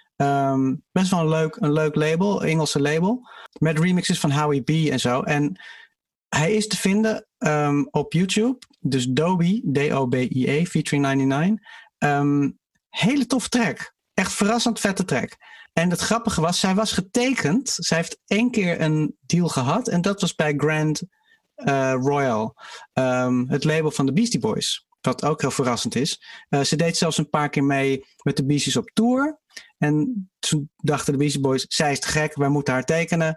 Um, best wel een leuk, een leuk label, Engelse label. Met remixes van Howie B en zo. En hij is te vinden um, op YouTube. Dus Dobie, D O B I E, featuring negenennegentig. Um, hele toffe track. Echt verrassend vette track. En het grappige was, zij was getekend. Zij heeft één keer een deal gehad. En dat was bij Grand uh, Royal. Um, het label van de Beastie Boys. Wat ook heel verrassend is. Uh, ze deed zelfs een paar keer mee met de Beasties op tour. En toen dachten de Beastie Boys, zij is te gek, wij moeten haar tekenen.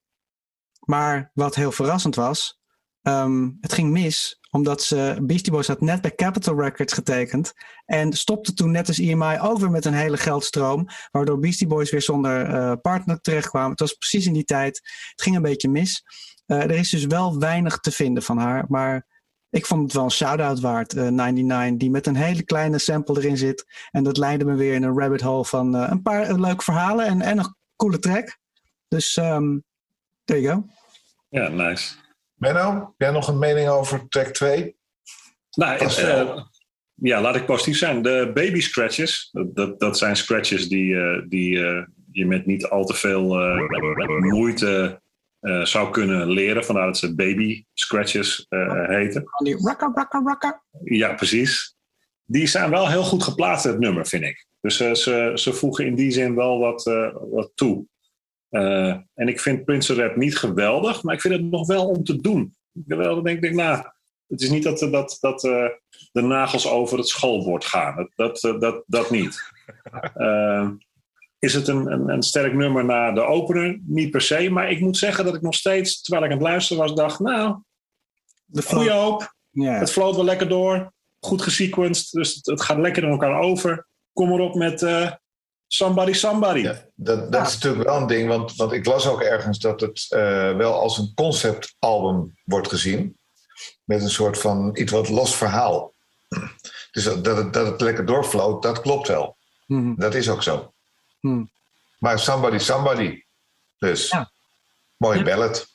Maar wat heel verrassend was, um, het ging mis. Omdat ze, Beastie Boys had net bij Capitol Records getekend. En stopte toen net als E M I ook weer met een hele geldstroom. Waardoor Beastie Boys weer zonder uh, partner terechtkwamen. Het was precies in die tijd. Het ging een beetje mis. Uh, er is dus wel weinig te vinden van haar. Maar ik vond het wel een shout-out waard. Uh, negenennegentig, die met een hele kleine sample erin zit. En dat leidde me weer in een rabbit hole van uh, een paar uh, leuke verhalen. En, en een coole track. Dus um, there you go. Ja, nice. Menno, heb jij nog een mening over track twee? Nou, Vast uh, wel. ja, laat ik positief zijn. De baby scratches, dat, dat, dat zijn scratches die, uh, die uh, je met niet al te veel uh, moeite uh, zou kunnen leren. Vandaar dat ze baby scratches uh, heten. Van die rakker, rakker, rakker. Ja, precies. Die zijn wel heel goed geplaatst, het nummer, vind ik. Dus uh, ze, ze voegen in die zin wel wat, uh, wat toe. Uh, en ik vind Prince rap niet geweldig, maar ik vind het nog wel om te doen. Ik wel, denk ik, nou, het is niet dat, dat, dat uh, de nagels over het schoolbord gaan. Dat, dat, uh, dat, dat niet. Uh, is het een, een, een sterk nummer na de opener? Niet per se, maar ik moet zeggen dat ik nog steeds, terwijl ik aan het luisteren was, dacht, nou, De goeie hoop. Ja. Het floot wel lekker door. Goed gesequenced, dus het, het gaat lekker in elkaar over. Kom erop met uh, Somebody Somebody. Ja, dat dat Ja. is natuurlijk wel een ding, want, want ik las ook ergens dat het uh, wel als een conceptalbum wordt gezien. Met een soort van iets wat los verhaal. Dus dat het, dat het lekker doorvloot, dat klopt wel. Mhm. Dat is ook zo. Mhm. Maar Somebody Somebody. Dus, Ja. mooie Ja. ballad.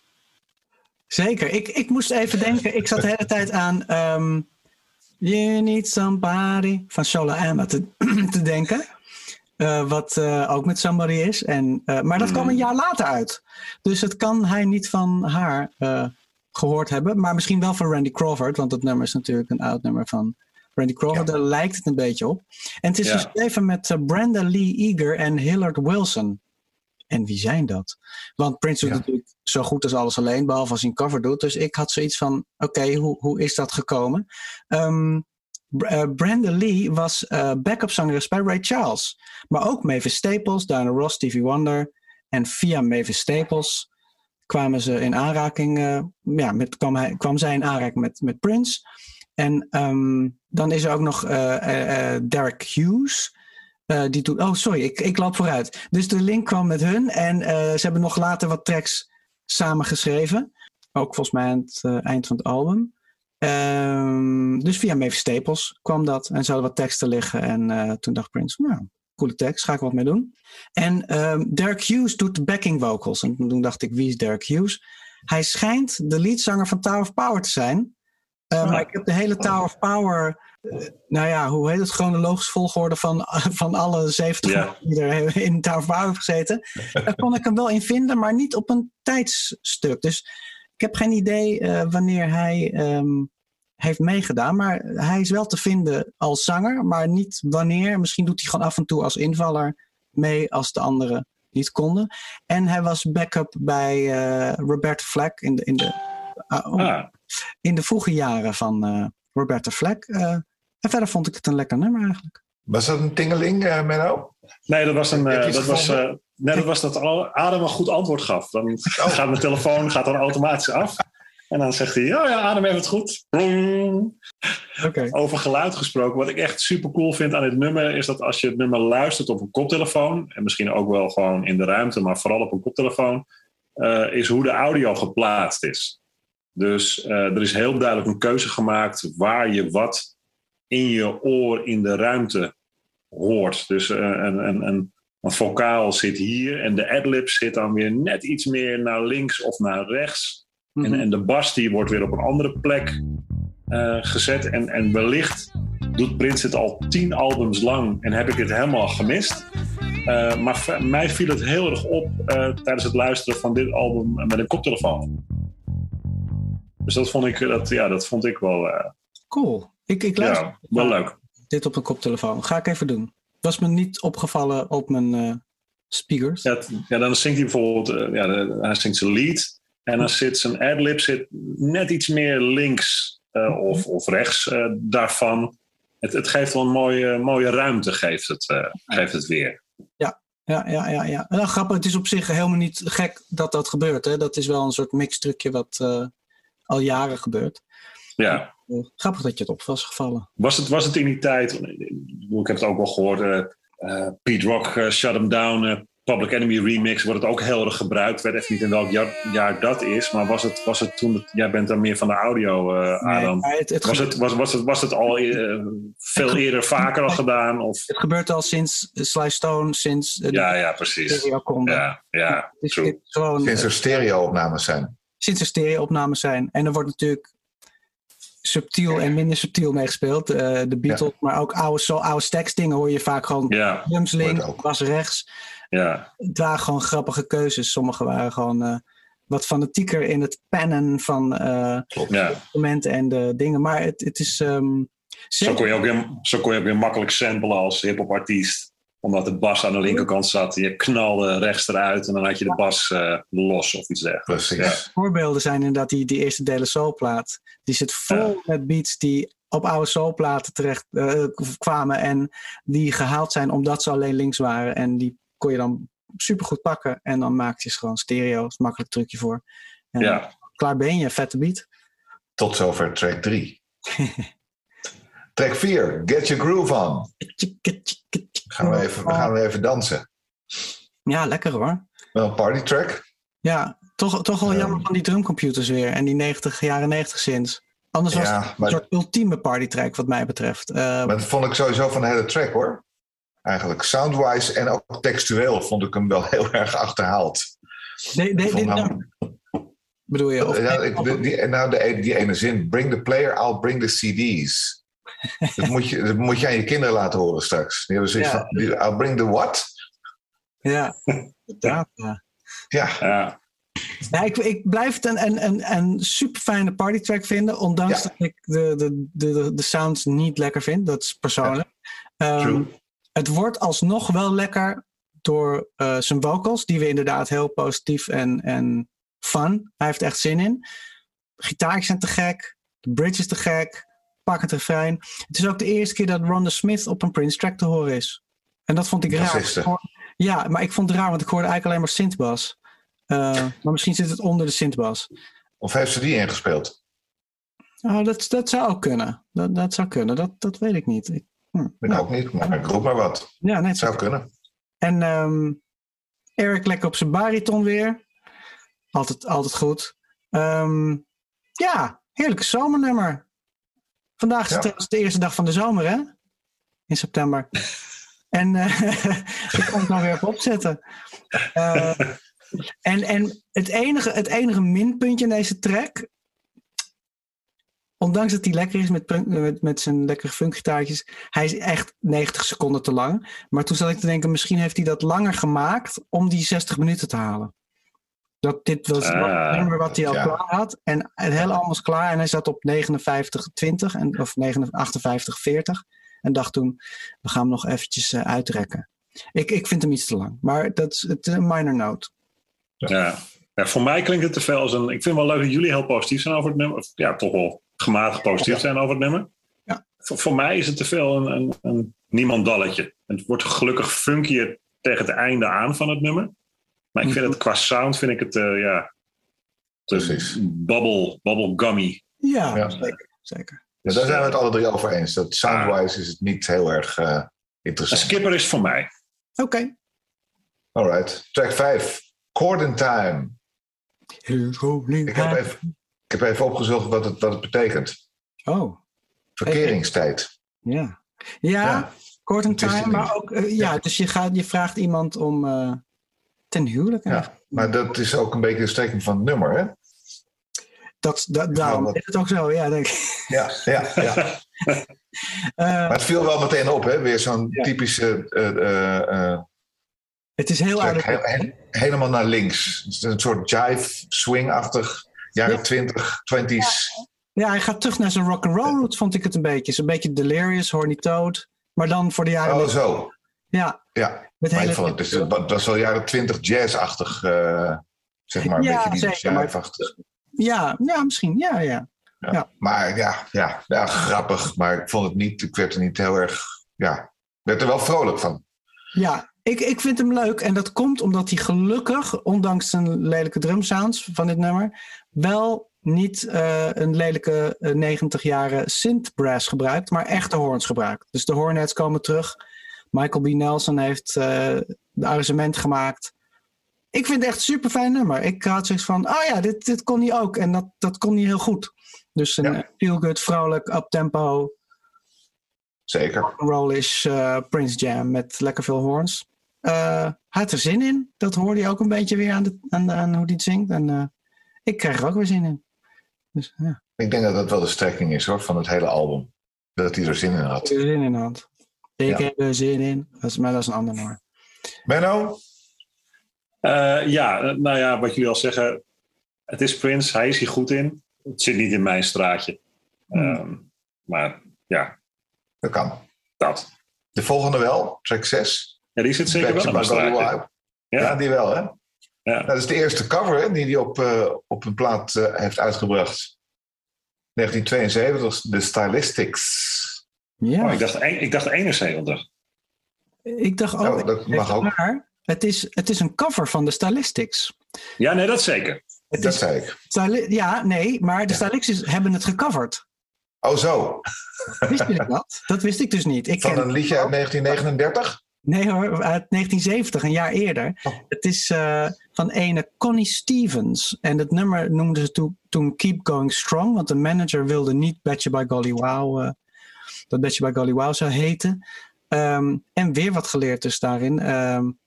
Zeker. Ik, ik moest even denken. Ik zat de hele tijd aan um, You Need Somebody van Shola Ama te, te denken. Uh, wat uh, ook met Somebody is. En, uh, maar dat kwam een jaar later uit. Dus het kan hij niet van haar uh, gehoord hebben. Maar misschien wel van Randy Crawford. Want dat nummer is natuurlijk een oud nummer van Randy Crawford. Ja. Daar lijkt het een beetje op. En het is Ja. geschreven met uh, Brenda Lee Eager en Hillard Wilson. En wie zijn dat? Want Prince doet Ja. natuurlijk zo goed als alles alleen, behalve als hij een cover doet. Dus ik had zoiets van, oké, okay, hoe, hoe is dat gekomen? Um, uh, Brenda Lee was uh, backup zangeres bij Ray Charles. Maar ook Mavis Staples, Diana Ross, Stevie Wonder. En via Mavis Staples kwamen ze in aanraking, uh, ja, met, kwam, hij, kwam zij in aanraking met, met Prince. En um, dan is er ook nog uh, uh, uh, Derek Hughes. Uh, die doet, oh, sorry, ik, ik loop vooruit. Dus de link kwam met hun. En uh, ze hebben nog later wat tracks samen geschreven. Ook volgens mij aan het uh, eind van het album. Um, dus via Mavis Staples kwam dat. En ze hadden wat teksten liggen. En uh, toen dacht Prince, nou, coole tekst, ga ik wat mee doen. En um, Derek Hughes doet de backing vocals. En toen dacht ik, wie is Derek Hughes? Hij schijnt de leadzanger van Tower of Power te zijn. Uh, Ah. Maar ik heb de hele Tower of Power... Uh, nou ja, hoe heet het? Chronologisch volgorde van, van alle zeventig Ja. die er in Tower of Power hebben gezeten. Daar kon ik hem wel in vinden, maar niet op een tijdstuk. Dus ik heb geen idee uh, wanneer hij um, heeft meegedaan. Maar hij is wel te vinden als zanger, maar niet wanneer. Misschien doet hij gewoon af en toe als invaller mee als de anderen niet konden. En hij was backup bij uh, Roberta Flack in de, in, de, uh, oh, Ah, in de vroege jaren van uh, Roberta Flack. Uh, en verder vond ik het een lekker nummer eigenlijk. Was dat een tingeling, uh, Menno? nee, dat was, een, Heb je uh, iets dat, was, gevonden? uh, nee, dat was dat Adam een goed antwoord gaf. Dan gaat mijn telefoon gaat dan automatisch af. En dan zegt hij, oh ja, Adam heeft het goed. Brrrr. Oké. Over geluid gesproken. Wat ik echt super cool vind aan dit nummer... is dat als je het nummer luistert op een koptelefoon... en misschien ook wel gewoon in de ruimte... maar vooral op een koptelefoon... Uh, is hoe de audio geplaatst is. Dus uh, er is heel duidelijk een keuze gemaakt... waar je wat in je oor in de ruimte hoort. Dus uh, een, een, een, een vocaal zit hier... en de adlib zit dan weer net iets meer naar links of naar rechts... Mm-hmm. En, en de bas die wordt weer op een andere plek uh, gezet. En, en wellicht doet Prince het al tien albums lang en heb ik het helemaal gemist. Uh, maar v- mij viel het heel erg op uh, tijdens het luisteren van dit album met een koptelefoon. Dus dat vond ik, dat, ja, dat vond ik wel, uh, Cool. Ik, ik luister ja, wel leuk. dit op een koptelefoon. Ga ik even doen. Was me niet opgevallen op mijn uh, speakers. Ja, t- ja, dan zingt hij bijvoorbeeld, uh, ja, de, hij zingt zijn lead. En dan zit zijn adlib zit net iets meer links uh, of, of rechts uh, daarvan. Het, het geeft wel een mooie, mooie ruimte, geeft het, uh, geeft het weer. Ja, ja, ja, ja. Nou, grappig, het is op zich helemaal niet gek dat dat gebeurt. Hè? Dat is wel een soort mixtrucje wat uh, al jaren gebeurt. Ja. Uh, grappig dat je het op was gevallen. Was het, was het in die tijd, ik heb het ook wel gehoord, uh, uh, Pete Rock, uh, Shut 'Em Down, uh, Public Enemy remix, wordt het ook heel erg gebruikt. Ik weet even niet in welk jaar, jaar dat is, maar was het, was het toen, het, jij bent dan meer van de audio, uh, Adam. Nee, het, het was, het, was, was, het, was het al uh, veel eerder vaker al gedaan? Of? Het gebeurt al sinds Sly Stone, sinds uh, ja, ja, precies. Ja, ja, dus true. het is gewoon, Sinds er stereo-opnames zijn. Sinds er stereo-opnames zijn. En er wordt natuurlijk subtiel en minder subtiel meegespeeld. Uh, de Beatles, ja. Maar ook oude, zo oude Stax dingen hoor je vaak gewoon ja. drums links, bas rechts. Ja. Het waren gewoon grappige keuzes. Sommige waren gewoon uh, wat fanatieker in het pennen van uh, ja. instrumenten en de dingen. Maar het, het is... Um, zo, kon je ook weer, zo kon je ook weer makkelijk samplen als hip-hop artiest. Omdat de bas aan de linkerkant zat. Je knalde rechts eruit en dan had je de bas uh, los of iets dergelijks. Precies. Ja. Voorbeelden zijn inderdaad die, die eerste delen soulplaat. Die zit vol ja. met beats die op oude soulplaten terecht uh, kwamen. En die gehaald zijn omdat ze alleen links waren. En die kon je dan supergoed pakken. En dan maak je ze gewoon stereo. Dat is een makkelijk trucje voor. En ja. klaar ben je, vette beat. Tot zover track drie. Track vier, Get Your Groove On. Gaan we even, gaan we even dansen. Ja, lekker hoor. Wel een party track. Ja, toch, toch wel jammer um, van die drumcomputers weer. En die negentig, jaren negentig synths. Anders was ja, het een soort ultieme party track wat mij betreft. Uh, maar dat vond ik sowieso van de hele track hoor. Eigenlijk soundwise en ook textueel vond ik hem wel heel erg achterhaald. Nee, nee, dit nou, bedoel je? Of, ja, ik, die, die, nou, de, die ene zin. Bring the player, I'll bring the C D's. dat, moet je, dat moet je aan je kinderen laten horen straks. Die hebben zoiets ja. van, I'll bring the what? Ja, inderdaad. Ja. Ja. ja. Ja, ik, ik blijf het een, een, een, een super fijne partytrack vinden. Ondanks ja. dat ik de, de, de, de sounds niet lekker vind. Dat is persoonlijk. Ja. Um, het wordt alsnog wel lekker door uh, zijn vocals. Die we inderdaad heel positief en, en fun. Hij heeft echt zin in. De gitaartjes zijn te gek. De bridge is te gek. Pak het refrein. Het is ook de eerste keer dat Rhonda Smith op een Prince track te horen is. En dat vond ik raar. Hoor, ja, maar ik vond het raar, want ik hoorde eigenlijk alleen maar synthbas. Uh, maar misschien zit het onder de synthbas. Of heeft ze die ingespeeld? Oh, dat, dat zou ook kunnen. Dat, dat zou kunnen. Dat, dat weet ik niet. Ik, hm, ik nou, ook niet, maar ik roep maar wat. Ja, net zou kunnen. En um, Eric lekker op zijn bariton weer. Altijd, altijd goed. Um, ja, heerlijke zomernummer. Vandaag is ja. het de eerste dag van de zomer, hè? In september. En uh, ik kon het nou weer even opzetten. Uh, en en het, enige, het enige minpuntje in deze track... Ondanks dat hij lekker is met, met, met zijn lekkere funkgitaartjes... Hij is echt negentig seconden te lang. Maar toen zat ik te denken... Misschien heeft hij dat langer gemaakt... om die zestig minuten te halen. Dat dit was het uh, nummer wat hij al ja. klaar had. En het hele album was klaar. En hij zat op negenenvijftig twintig. En, of achtenvijftig veertig. En dacht toen, we gaan hem nog eventjes uh, uitrekken. Ik, ik vind hem iets te lang. Maar dat is het, een minor note. Ja. ja, voor mij klinkt het te veel als een... Ik vind het wel leuk dat jullie heel positief zijn over het nummer. Of ja, toch wel gematigd positief ja. zijn over het nummer. Ja. Voor, voor mij is het te veel een, een, een niemandalletje. Het wordt gelukkig funkier tegen het einde aan van het nummer. Maar ik vind het qua sound vind ik het uh, ja, precies bubble, bubble gummy. Ja, ja. zeker. zeker. Ja, daar zijn we het alle drie over eens. Dat soundwise ah. is het niet heel erg uh, interessant. Een skipper is voor mij. Oké. Okay. Alright. Track vijf. Chord in Time. Ik heb, even, ik heb even opgezocht wat het, wat het betekent. Oh. Verkeringstijd. Ja. Ja, ja. Chord in Time. Maar ook, uh, ja, ja, dus je, gaat, je vraagt iemand om... Uh, ten huwelijk. Ja, maar dat is ook een beetje de strekking van het nummer, hè? Dat, dat, daarom wat... is het ook zo, ja, denk ik. Ja, ja, ja. uh, maar het viel wel meteen op, hè? Weer zo'n ja. typische... Uh, uh, uh, het is heel aardig. He, he, helemaal naar links. Het is een soort jive, swing-achtig, jaren ja. twintig, twinties. Ja. ja, hij gaat terug naar zijn rock'n'roll roots, vond ik het een beetje. Zo'n beetje Delirious, Horny Toad. Maar dan voor de jaren... Oh, zo. Ja. Ja. Met hele vond, het, is, dat was wel jaren twintig jazz-achtig, uh, zeg maar. Een ja, beetje jive-achtig. Ja, ja, misschien. Ja, ja. ja. ja. Maar ja, ja, ja, grappig. Maar ik vond het niet, ik werd er niet heel erg, ja, ik werd er wel vrolijk van. Ja, ik, ik vind hem leuk. En dat komt omdat hij gelukkig, ondanks zijn lelijke drumsounds van dit nummer, wel niet uh, een lelijke uh, negentig jaren synth-brass gebruikt, maar echte horns gebruikt. Dus de Hornets komen terug. Michael B. Nelson heeft uh, de arrangement gemaakt. Ik vind het echt een super fijn nummer. Ik had zoiets van, oh ja, dit, dit kon hij ook. En dat, dat kon hij heel goed. Dus een ja. feel-good, vrolijk, up-tempo. Zeker. Roll-ish uh, Prince Jam met lekker veel horns. Uh, hij had er zin in. Dat hoorde je ook een beetje weer aan, de, aan, de, aan hoe hij het zingt. En uh, ik krijg er ook weer zin in. Dus ja, Ik denk dat dat wel de strekking is hoor, van het hele album. Dat hij er zin in had. ik heb er zin in had. Ik Ja. heb er zin in. Dat is, maar dat is een ander nummer. Menno? Uh, ja, uh, nou ja, wat jullie al zeggen. Het is Prince, hij is hier goed in. Het zit niet in mijn straatje. Hmm. Um, maar ja, Dat kan. dat. De volgende wel, track zes. Ja, die zit zeker wel in Backstreet mijn Boys, straatje. ja. ja, die wel hè. Ja. Nou, dat is de eerste cover hè, die hij op, uh, op een plaat uh, heeft uitgebracht. negentien tweeënzeventig, de Stylistics. Ja, Oh, ik, dacht, ik dacht eenenzeventig. ik dacht ook. Oh, dat mag ook. Maar het is, het is een cover van de Stylistics. Ja, nee, dat zeker. Het Dat is, zei ik. styli- ja, nee, maar de Ja. Stylistics hebben het gecoverd. Oh zo, Wist je dat? Dat wist ik dus niet. Ik van ken een liedje uit negentien negenendertig? Nee hoor, uit negentien zeventig, een jaar eerder. Oh. Het is uh, van ene Connie Stevens. En het nummer noemden ze to, toen Keep Going Strong. Want de manager wilde niet Betcha by Golly Wow, uh, dat Betcha by Golly Wow zou heten. Um, en weer wat geleerd dus daarin. Um,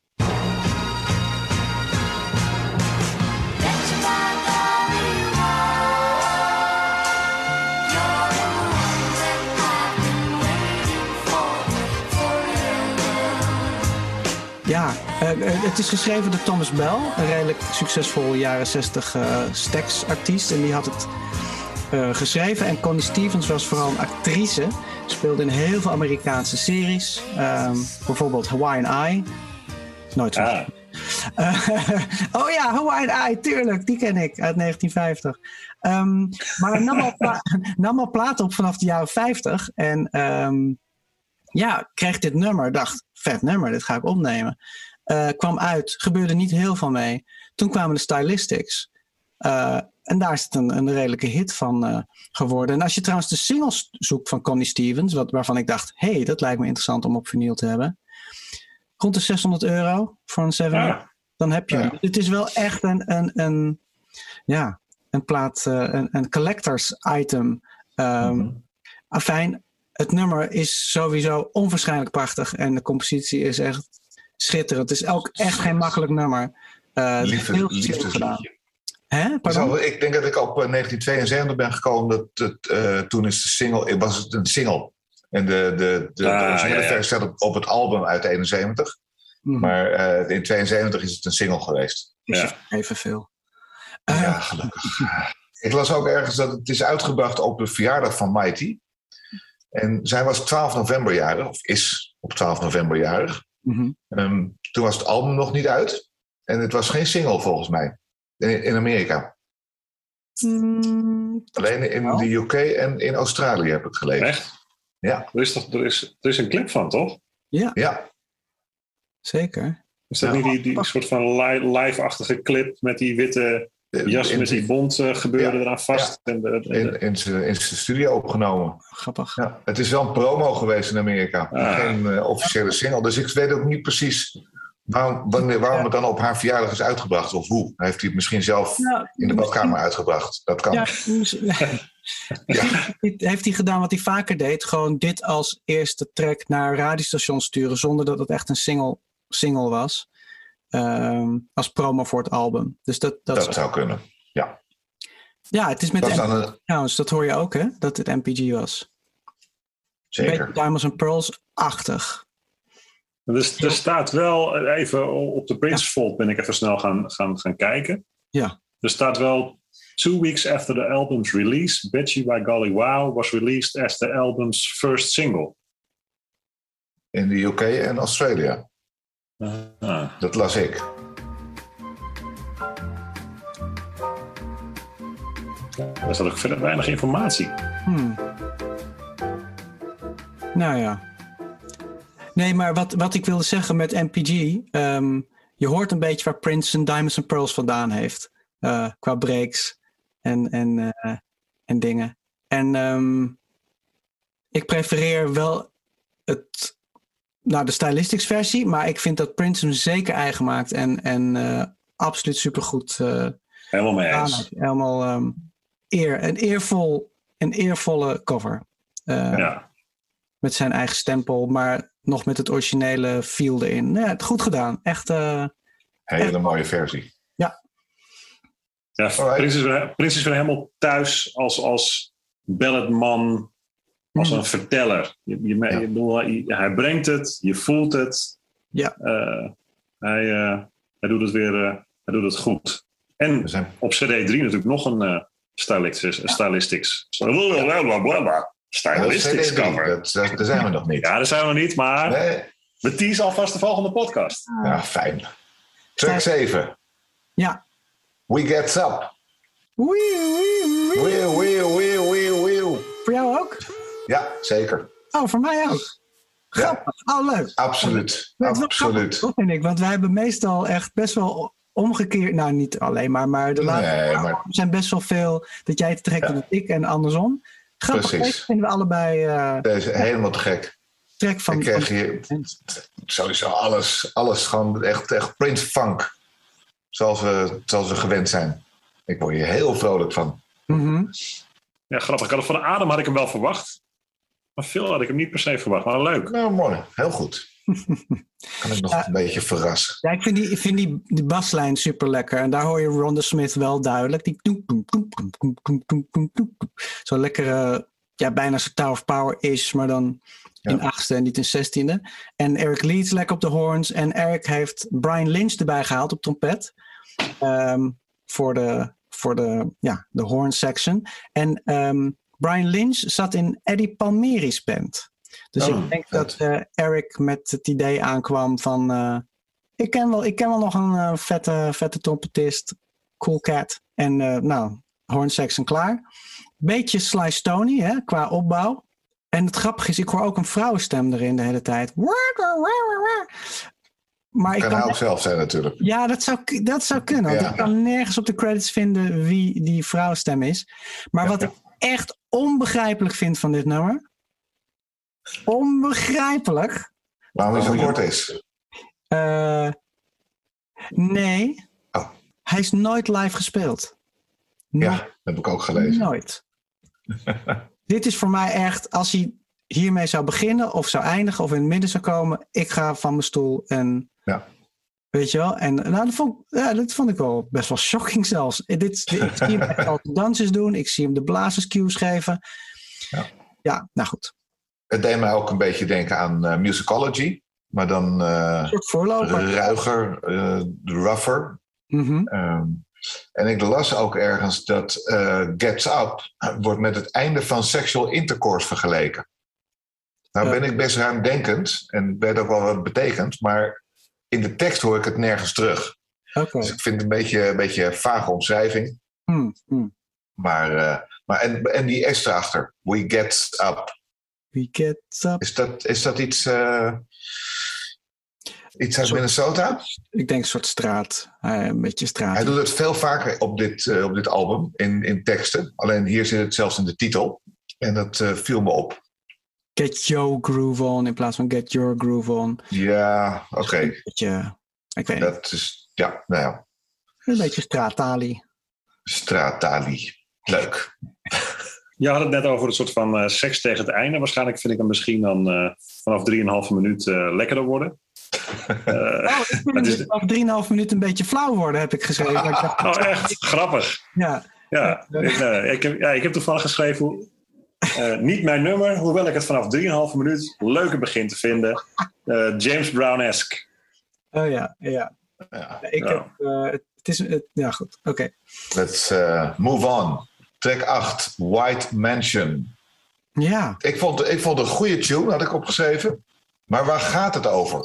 Ja, uh, het is geschreven door Thomas Bell, een redelijk succesvol jaren zestig uh, Stax-artiest. En die had het uh, geschreven. En Connie Stevens was vooral een actrice. Speelde in heel veel Amerikaanse series. Um, bijvoorbeeld Hawaiian Eye. Nooit zo. Ah. Uh, oh ja, Hawaiian Eye, tuurlijk. Die ken ik uit negentien vijftig. Um, maar hij nam al, pla- nam al platen op vanaf de jaren vijftig. En um, ja, kreeg dit nummer. Dacht, vet nummer, dit ga ik opnemen. Uh, kwam uit, gebeurde niet heel veel mee. Toen kwamen de Stylistics. Uh, en daar is het een, een redelijke hit van uh, geworden. En als je trouwens de singles zoekt van Connie Stevens, wat, waarvan ik dacht, hé, hey, dat lijkt me interessant om op vinyl te hebben. Rond de zeshonderd euro voor een zeven. Ja. Dan heb je Ja. hem. Het is wel echt een, een, een, ja, een plaat, uh, een, een collectors item. Um, mm-hmm. Afijn, het nummer is sowieso onwaarschijnlijk prachtig. En de compositie is echt schitterend. Het is ook echt geen makkelijk nummer. Uh, Liefde, heel veel gedaan. Hè? Zo, ik denk dat ik op uh, negentien tweeënzeventig ben gekomen. Dat het, uh, toen is de single, was het een single. En de, de, de, ah, de originele ja, ja. versie staat op, op het album uit eenenzeventig. Mm-hmm. Maar uh, in tweeënzeventig is het een single geweest. Is Ja. evenveel. Uh, ja, gelukkig. Ik las ook ergens dat het is uitgebracht op de verjaardag van Mighty. En zij was twaalf november jarig, of is op twaalf november jarig. Mm-hmm. Um, toen was het album nog niet uit. En het was geen single volgens mij. In, in Amerika. Mm, Alleen in wel. de U K en in Australië heb ik gelezen. Echt? Ja. Er is, toch, er, is, er is een clip van, toch? Ja, Ja. zeker. Is dat Ja. niet die, die soort van li- live-achtige clip met die witte jas In- met die bont uh, gebeuren Ja. eraan vast? En de, en de- In, in zijn studio opgenomen. Grappig. Ja. Het is wel een promo geweest in Amerika. Ah. Geen uh, officiële single. Dus ik weet ook niet precies waarom, wanneer, waarom het dan op haar verjaardag is uitgebracht. Of hoe. Heeft hij het misschien zelf Nou, in de badkamer uitgebracht. Dat kan. Ja, misschien, heeft hij gedaan wat hij vaker deed. Gewoon dit als eerste track naar radiostations sturen. Zonder dat het echt een single, single was. Um, als promo voor het album. Dus dat, dat, Dat is, zou kunnen. Ja. ja, het is met Dat is M P G dan een, trouwens. Dat hoor je ook, hè? Dat het M P G was. Een beetje zeker. Diamonds and Pearls-achtig. Dus er staat wel, even op de Prince Vault ben ik even snel gaan, gaan, gaan kijken. Ja. Er staat wel, two weeks after the album's release, Betcha by Golly Wow was released as the album's first single. In de U K en Australië. Ah. Dat las ik. Daar staat ook verder weinig informatie. Hmm. Nou ja. Nee, maar wat, wat ik wilde zeggen met M P G. Um, je hoort een beetje waar Prince zijn Diamonds and Pearls vandaan heeft. Uh, qua breaks en, en, uh, en dingen. En um, ik prefereer wel het, nou, de Stylistics versie. Maar ik vind dat Prince hem zeker eigen maakt. En, en uh, absoluut supergoed. Uh, Helemaal mee eens. Helemaal um, eer. Een, eervol, een eervolle cover. Uh, Ja. Met zijn eigen stempel, maar nog met het originele feel erin. Ja, goed gedaan. Echt. Uh, Hele echt. mooie versie. Ja. Ja, Alright. Prins is, weer, Prins is weer helemaal thuis als, als balladman, als Mhm. een verteller. Je, je, Ja. je bedoel, hij, hij brengt het, je voelt het. Ja. Uh, hij, uh, hij doet het weer uh, hij doet het goed. En We zijn... op C D drie natuurlijk nog een uh, stylistics. Ja. stylistics. Blablabla. Stylistics C D drie, cover. Dat, dat, daar zijn we nog niet. Ja, daar zijn we nog niet, maar Nee. we teasen alvast de volgende podcast. Ja, fijn. Track zeven. Ja. We Get Up. Wee, wee, wee. Wee, wee, wee, wee, wee. Voor jou ook? Ja, zeker. Oh, voor mij ook. Grappig. Ja. Oh, leuk. Absoluut. Dat is wel Absoluut. grappig, dat vind ik. Want wij hebben meestal echt best wel omgekeerd... Nou, niet alleen maar, maar de laatste Nee, jaren maar- zijn best wel veel... dat jij het trekt Ja. dan ik en andersom. Grappig, Precies. deze vinden we allebei uh, Deze helemaal te gek. trek van... Ik kreeg van- hier sowieso alles, alles gewoon echt, echt Prince funk. Zoals we, zoals we gewend zijn. Ik word hier heel vrolijk van. Mhm. Ja, grappig. Ik had het van Adem had ik hem wel verwacht. Maar veel had ik hem niet per se verwacht. Maar leuk. Nou, mooi. Heel goed. Kan ik nog Ja. een beetje verrassen. Ja, ik vind die, ik vind die, die baslijn super lekker. En daar hoor je Rhonda Smith wel duidelijk. Die toem, toem, toem, toem, toem, toem, toem, toem, toem. Zo lekkere, ja, bijna zo'n Tower of Power is, maar dan in Ja. achtste en niet in zestiende. En Eric Leeds lekker op de horns. En Eric heeft Brian Lynch erbij gehaald op trompet. Ehm, voor de, voor de, ja, de horn section. En ehm, Brian Lynch zat in Eddie Palmieri's band. Dus Oh, ik denk vet. dat uh, Eric met het idee aankwam van... Uh, ik, ken wel, ik ken wel nog een uh, vette, vette trompetist. Cool cat. En uh, nou, horn section klaar. Beetje Sly Stoney, hè, qua opbouw. En het grappige is, ik hoor ook een vrouwenstem erin de hele tijd. Maar ik Kan kan hij ook zelf zijn natuurlijk. ja, dat zou, dat zou kunnen. Want Ja. ik kan nergens op de credits vinden wie die vrouwstem is. Maar Ja. wat ik echt onbegrijpelijk vind van dit nummer... Onbegrijpelijk... Waarom hij zo kort is. Uh, nee. Oh. Hij is nooit live gespeeld. Ja, Nooit. dat heb ik ook gelezen. Nooit. Dit is voor mij echt... Als hij hiermee zou beginnen of zou eindigen... of in het midden zou komen... Ik ga van mijn stoel en... Ja. Weet je wel? En nou, dat, vond, ja, dat vond ik wel best wel shocking zelfs. Dit, dit, ik zie hem echt al de dansjes doen. Ik zie hem de blazerscues geven. Ja. Ja, nou goed. Het deed mij ook een beetje denken aan uh, Musicology. Maar dan uh, Een soort voorloper. ruiger, uh, rougher. Mm-hmm. Um, en ik las ook ergens dat uh, Gets Up wordt met het einde van sexual intercourse vergeleken. Nou Ja. ben ik best ruimdenkend en weet ook wel wat het betekent. Maar in de tekst hoor ik het nergens terug. Oké. Dus ik vind het een beetje een beetje vage omschrijving. Hmm, hmm. Maar, uh, maar en, en die S erachter. We get up. We get up. Is dat, is dat iets, uh, iets uit Soort- Minnesota? Ik denk een soort straat. Uh, een beetje straat. Hij doet het veel vaker op dit, uh, op dit album in, in teksten. Alleen hier zit het zelfs in de titel. En dat uh, viel me op. Get your groove on in plaats van get your groove on. Ja, oké. Okay. Een beetje, ik weet niet, Dat is, ja, nou ja. een beetje straattali. Straattali. Leuk. Je had het net over een soort van uh, seks tegen het einde. Waarschijnlijk vind ik hem misschien dan uh, vanaf drieënhalve minuut uh, lekkerder worden. Uh, Oh, ik vind het het is- over drieënhalf minuten een beetje flauw worden, heb ik geschreven. Maar ik dacht, oh, echt? Grappig. ja, Ja, ik, uh, ik, heb, ja, ik heb toevallig geschreven... Uh, niet mijn nummer, hoewel ik het vanaf drieënhalve minuut leuker begin te vinden. Uh, James Brown-esque. oh ja, ja. Ja. Ik Ja. heb, uh, het is, het, ja goed, oké. Okay. Let's uh, move on. Track acht, White Mansion. Ja, Ik vond, ik vond het een goede tune, had ik opgeschreven. Maar waar gaat het over?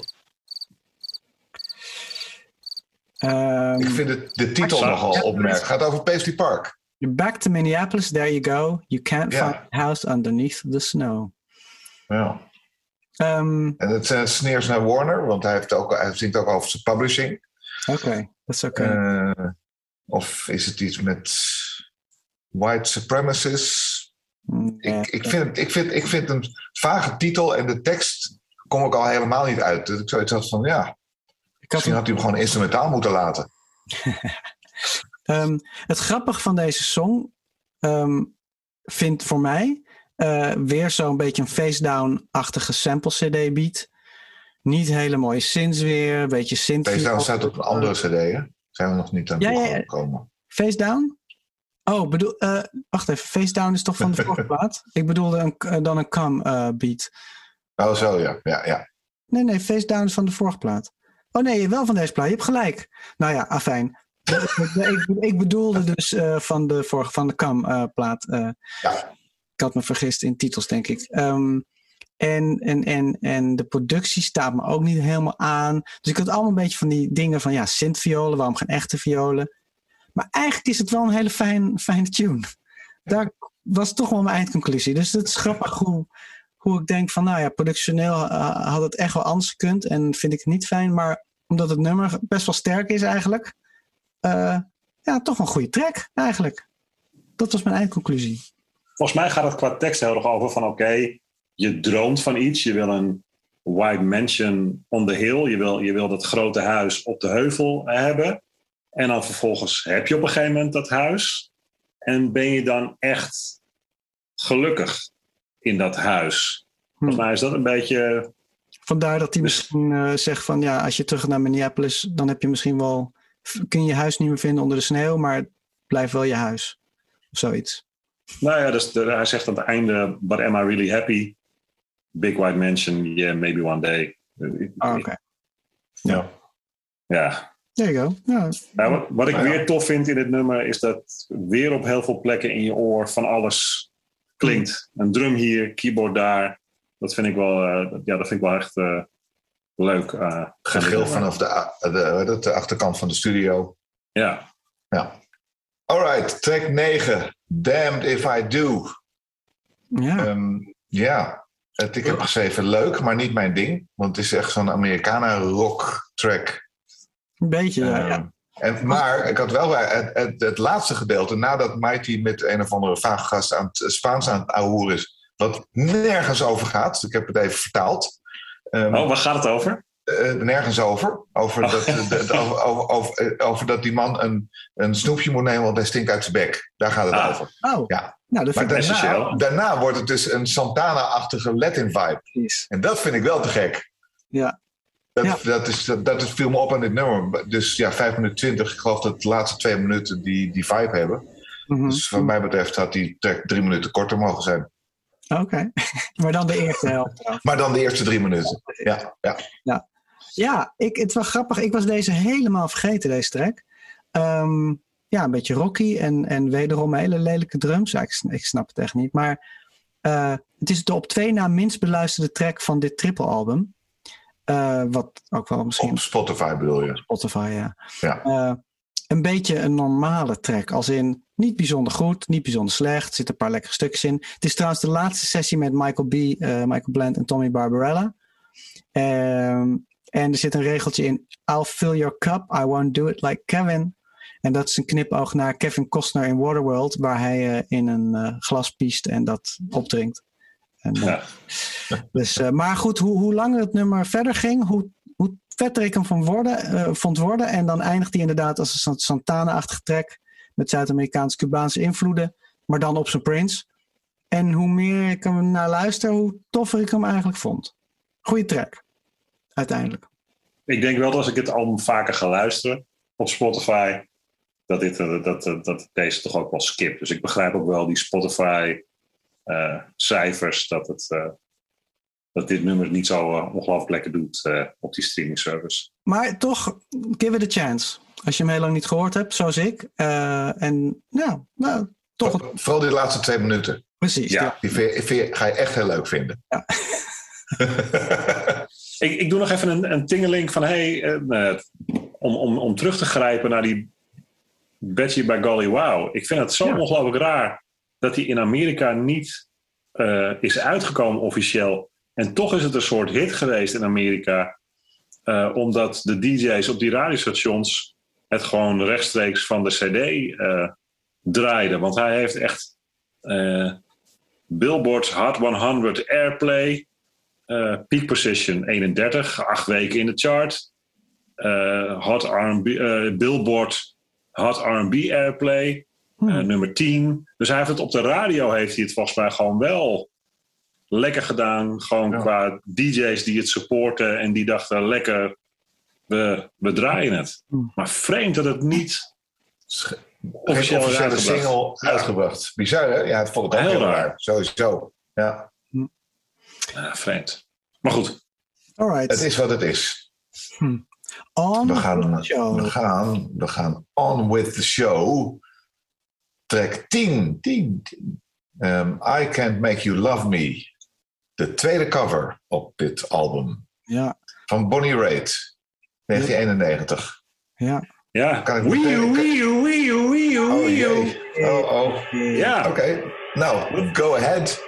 um, Ik vind het, de titel Ja. nogal opmerkelijk. Het gaat over Paisley Park. you're back to Minneapolis, there you go. You can't Ja. find a house underneath the snow. Ja. Um, En het zijn sneers naar Warner, want hij, heeft ook, hij zingt ook over zijn publishing. oké, okay, dat is oké. Okay. Uh, of is het iets met white supremacists? Nee, Ik, ik, vind, het- ik, vind, ik vind een vage titel en de tekst kom ik al helemaal niet uit. Dus ik zoiets had van, ja, ik had misschien had hij hem gewoon instrumentaal moeten laten. Um, het grappige van deze song um, vindt voor mij uh, weer zo'n beetje een face-down-achtige sample-cd beat. Niet hele mooie synths weer, een beetje synth. Deze naam staat op een andere cd, hè? Zijn we nog niet aan Ja, ja, ja. toegekomen. Face Down? Oh, bedoel, uh, wacht even. Face Down is toch van de vorige plaat? Ik bedoelde een, uh, dan een Come uh, beat. Oh, zo ja. ja, ja. Nee, nee, Face Down is van de vorige plaat. Oh nee, wel van deze plaat. Je hebt gelijk. Nou ja, afijn. ik, ik bedoelde dus uh, van de vorige, van de Come uh, plaat. Uh, ja. Ik had me vergist in titels, denk ik. Um, en, en, en, en de productie staat me ook niet helemaal aan. Dus ik had allemaal een beetje van die dingen van ja, synthviolen, waarom geen echte violen? Maar eigenlijk is het wel een hele fijn, fijne tune. Daar was toch wel mijn eindconclusie. Dus het is grappig hoe, hoe ik denk van nou ja, productioneel uh, had het echt wel anders gekund. En vind ik het niet fijn. Maar omdat het nummer best wel sterk is eigenlijk. Uh, ja, toch een goede track eigenlijk. Dat was mijn eindconclusie. Volgens mij gaat het qua tekst heel erg over van oké, okay, je droomt van iets. Je wil een white mansion on the hill. Je wil, je wil dat grote huis op de heuvel hebben. En dan vervolgens heb je op een gegeven moment dat huis. En ben je dan echt gelukkig in dat huis. Volgens hm. mij is dat een beetje... Vandaar dat hij misschien uh, zegt van ja, als je terug gaat naar Minneapolis, dan heb je misschien wel, kun je je huis niet meer vinden onder de sneeuw, maar het blijft wel je huis. Of zoiets. Nou ja, dus de, hij zegt aan het einde, but am I really happy? Big white mansion, yeah, maybe one day. Oh, oké. Okay. Ja. Ja. There you go. Ja. Nou, wat, wat ik nou ja. weer tof vind in dit nummer is dat weer op heel veel plekken in je oor van alles klinkt. Een drum hier, keyboard daar. Dat vind ik wel, uh, ja, dat vind ik wel echt uh, leuk. Uh, Gegil vanaf de, de, de achterkant van de studio. Ja. Ja. Alright, track negen. Damned If I Do. Ja. Um, ja. Het, ik heb geschreven leuk, maar niet mijn ding. Want het is echt zo'n Americana rock track. Een beetje, ja. Um, ja. En, maar ik had wel het, het, het laatste gedeelte, nadat Mighty met een of andere vage gast aan het Spaans aan het ahoeren is, wat nergens over gaat. Dus ik heb het even vertaald. Um, oh, waar gaat het over? Uh, nergens over. Over, oh. dat, de, de, over, over, over, over dat die man een, een snoepje moet nemen, want hij stinkt uit zijn bek. Daar gaat het ah. over. Oh, ja. Nou, dat maar vind daarna, daarna wordt het dus een Santana-achtige Latin vibe. Precies. En dat vind ik wel te gek. Ja. Dat, ja. dat, is, dat, dat viel me op aan dit nummer. Dus ja, vijf minuten twintig. Ik geloof dat de laatste twee minuten die, die vibe hebben. Mm-hmm. Dus wat mij betreft had die track drie minuten korter mogen zijn. Oké. Okay. Maar dan de eerste helft. Maar dan de eerste drie minuten. Ja, ja. ja. ja ik, het was grappig. Ik was deze helemaal vergeten, deze track. Um, ja, een beetje rocky. En, en wederom hele lelijke drums. Ja, ik, ik snap het echt niet. Maar uh, het is de op twee na minst beluisterde track van dit trippelalbum. Uh, wat ook wel misschien... Op Spotify bedoel je? Spotify, ja. ja. Uh, een beetje een normale track. Als in niet bijzonder goed, niet bijzonder slecht. Er zitten een paar lekkere stukjes in. Het is trouwens de laatste sessie met Michael B., uh, Michael Bland en Tommy Barbarella. Um, en er zit een regeltje in. I'll fill your cup, I won't do it like Kevin. En dat is een knipoog naar Kevin Costner in Waterworld, waar hij uh, in een uh, glas piest en dat opdrinkt. En, uh, ja. dus, uh, maar goed, hoe, hoe langer het nummer verder ging, hoe, hoe vetter ik hem van worden, uh, vond worden. En dan eindigt hij inderdaad als een Santana-achtige track met Zuid-Amerikaans-Cubaanse invloeden, maar dan op zijn Prince. En hoe meer ik hem naar luister, hoe toffer ik hem eigenlijk vond. Goeie track, uiteindelijk. Ik denk wel dat als ik het album vaker ga luisteren op Spotify, dat, dit, dat, dat, dat deze toch ook wel skip. Dus ik begrijp ook wel die Spotify uh, cijfers, dat, het, uh, dat dit nummer niet zo uh, ongelooflijk lekker doet uh, op die streaming service. Maar toch, give it a chance. Als je hem heel lang niet gehoord hebt, zoals ik. Uh, en nou, nou toch. Voor, vooral die laatste twee minuten. Precies. Ja, ja. Die vind, vind, ga je echt heel leuk vinden. Ja. ik, ik doe nog even een, een tingeling van hey, uh, om, om, om terug te grijpen naar die Betchy by Golly Wow. Ik vind het zo ja. ongelooflijk raar dat hij in Amerika niet uh, is uitgekomen officieel. En toch is het een soort hit geweest in Amerika. Uh, omdat de D J's op die radiostations het gewoon rechtstreeks van de cd uh, draaiden. Want hij heeft echt uh, Billboard's Hot honderd Airplay, uh, Peak Position eenendertig, acht weken in de chart. Uh, Hot R en B, uh, Billboard Hot R en B Airplay, hmm. uh, nummer tien. Dus hij heeft het op de radio, heeft hij het volgens mij gewoon wel lekker gedaan. Gewoon ja. qua D J's die het supporten en die dachten lekker, we, we draaien het. Hmm. Maar vreemd dat het niet officieel officiële uitgebracht. single Ja. uitgebracht. Bizar, hè? Ja, het vond ik ook Heel heel raar. raar. Sowieso. Ja, Ja, vreemd. Maar goed. Alright. het is wat het is. On We with gaan, the show. we gaan, we gaan on with the show. Track tien. tien, tien. Um, I Can't Make You Love Me. De tweede cover op dit album. Ja, Van Bonnie Raitt. negentien eenennegentig. ja. Ja. Kan ik Wee meteen- wee wee wee Oh wee jee. Oh, oh. Ja. Oké. Nou, go ahead.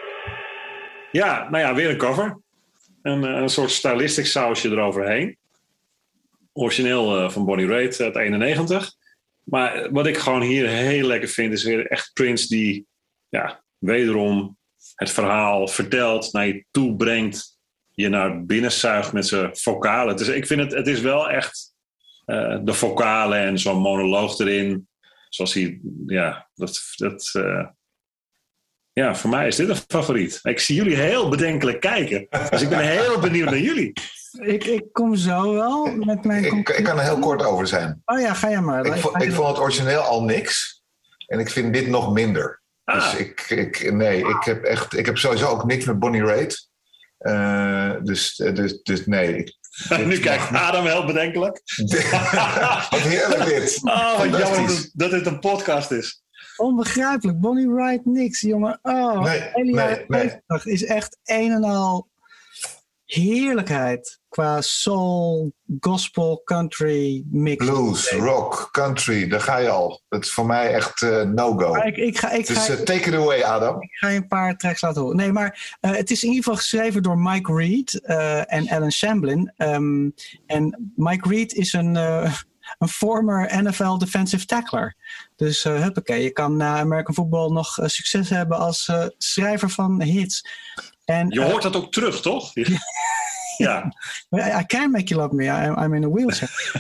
Ja, nou ja, weer een cover. Een, een soort stylistic sausje eroverheen. Origineel uh, van Bonnie Raitt uit eenennegentig. Maar wat ik gewoon hier heel lekker vind, is weer echt Prince die ja, wederom het verhaal vertelt, naar je toe brengt, je naar binnen zuigt met zijn vocalen. Dus ik vind het, het is wel echt uh, de vocalen en zo'n monoloog erin. Zoals hij, ja, dat, dat uh, ja, voor mij is dit een favoriet. Ik zie jullie heel bedenkelijk kijken. Dus ik ben heel benieuwd naar jullie. Ik, ik kom zo wel met mijn... Ik, ik kan er heel kort over zijn. Oh ja, ga jij maar. Ik, vo- ik vond het origineel al niks. En ik vind dit nog minder. Ah. Dus ik, ik, nee, ik heb echt, ik heb sowieso ook niks met Bonnie Raitt. Uh, dus, dus, dus nee. Ik, nu kijkt Adam heel bedenkelijk. Wat heerlijk dit. Oh, wat jammer Fantastisch. dat, dat dit een podcast is. Onbegrijpelijk. Bonnie Wright, niks, jongen. Oh, Nee, hele jaren nee, nee. zeventig is echt een en al heerlijkheid. Qua soul, gospel, country mix. Blues, rock, country, daar ga je al. Dat is voor mij echt uh, no-go. Maar ik, ik, ga, ik, Dus ga, uh, take it away, Adam. ik ga je een paar tracks laten horen. Nee, maar uh, het is in ieder geval geschreven door Mike Reed uh, en Alan Shamblin. Um, en Mike Reed is een... Uh, een former N F L defensive tackler. Dus uh, huppakee, je kan na American football nog uh, succes hebben als uh, schrijver van hits. En, Je hoort dat ook terug, toch? Ja. I can't make you love me, I'm, I'm in a wheelchair.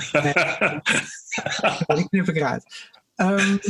Die knip ik eruit. Um,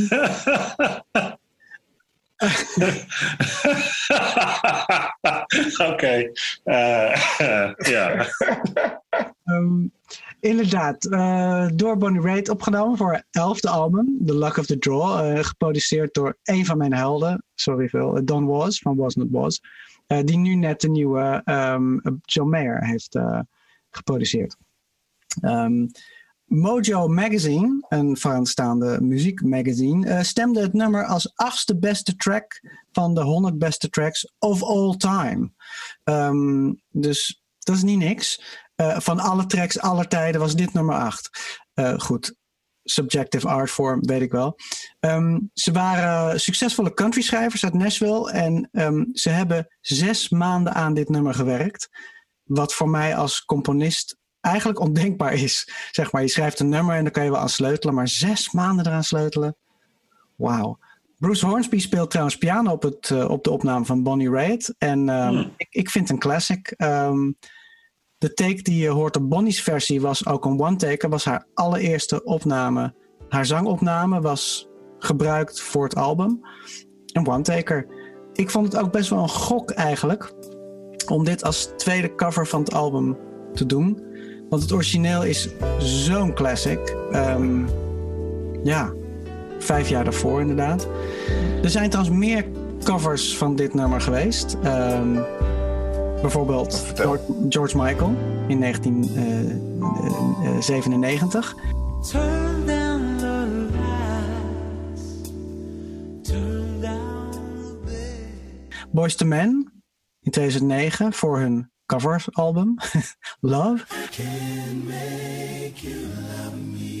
Oké. Ja. Um, inderdaad, uh, door Bonnie Raitt opgenomen voor haar elfde album, The Luck of the Draw, uh, geproduceerd door een van mijn helden, sorry Phil, uh, Don Was van Was Not Was, uh, die nu net de nieuwe um, John Mayer heeft uh, geproduceerd. Um, Mojo Magazine, een vooraanstaande muziekmagazine, uh, stemde het nummer als achtste beste track van de honderd beste tracks of all time. Um, dus dat is niet niks. Uh, van alle tracks aller tijden was dit nummer acht. Uh, goed, subjective art form, weet ik wel. Um, ze waren succesvolle country schrijvers uit Nashville en um, ze hebben zes maanden aan dit nummer gewerkt. Wat voor mij als componist eigenlijk ondenkbaar is. Zeg maar, je schrijft een nummer en dan kan je wel aan sleutelen, maar zes maanden eraan sleutelen? Wauw. Bruce Hornsby speelt trouwens piano op, het, uh, op de opname van Bonnie Raitt. En um, hmm. ik, ik vind het een classic. Um, de take die je hoort op Bonnie's versie was ook een one-taker. Was haar allereerste opname. Haar zangopname was gebruikt voor het album. Een one-taker. Ik vond het ook best wel een gok eigenlijk. Om dit als tweede cover van het album te doen. Want het origineel is zo'n classic. Um, ja, vijf jaar daarvoor inderdaad. Er zijn trouwens meer covers van dit nummer geweest. Um, bijvoorbeeld George, George Michael in negentien zevenennegentig. Turn down the lights. Turn down the bed. Boyz two Men in tweeduizend negen voor hun coversalbum Love. Can make you love me.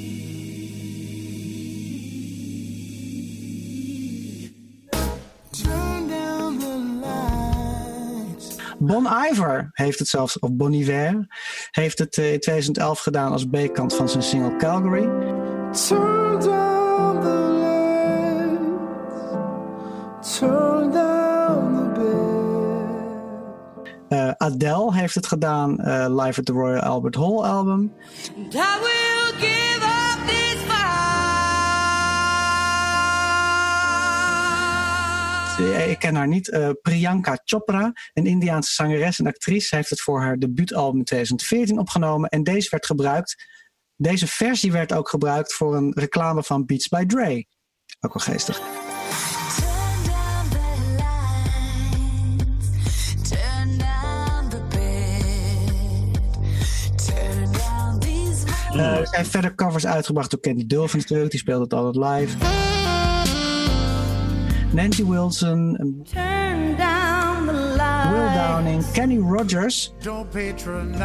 Turn down the lights. Bon Iver heeft het zelfs, of Bon Iver, heeft het uh, in tweeduizend elf gedaan als B-kant van zijn single Calgary. Turn down the lights. Turn down the bed. Uh, Adele heeft het gedaan uh, live at the Royal Albert Hall album. And I will give up this fight. Ik ken haar niet. Uh, Priyanka Chopra, een Indiaanse zangeres en actrice, heeft het voor haar debuutalbum in tweeduizend veertien opgenomen. En deze werd gebruikt. Deze versie werd ook gebruikt voor een reclame van Beats by Dre. Ook wel geestig. Turn down the lights, turn down the bed, turn down these Uh, er zijn verder covers uitgebracht door Candy Dulfer natuurlijk. Die speelde het altijd live. Nancy Wilson, Turn down the light. Will Downing, Kenny Rogers, Don't patronize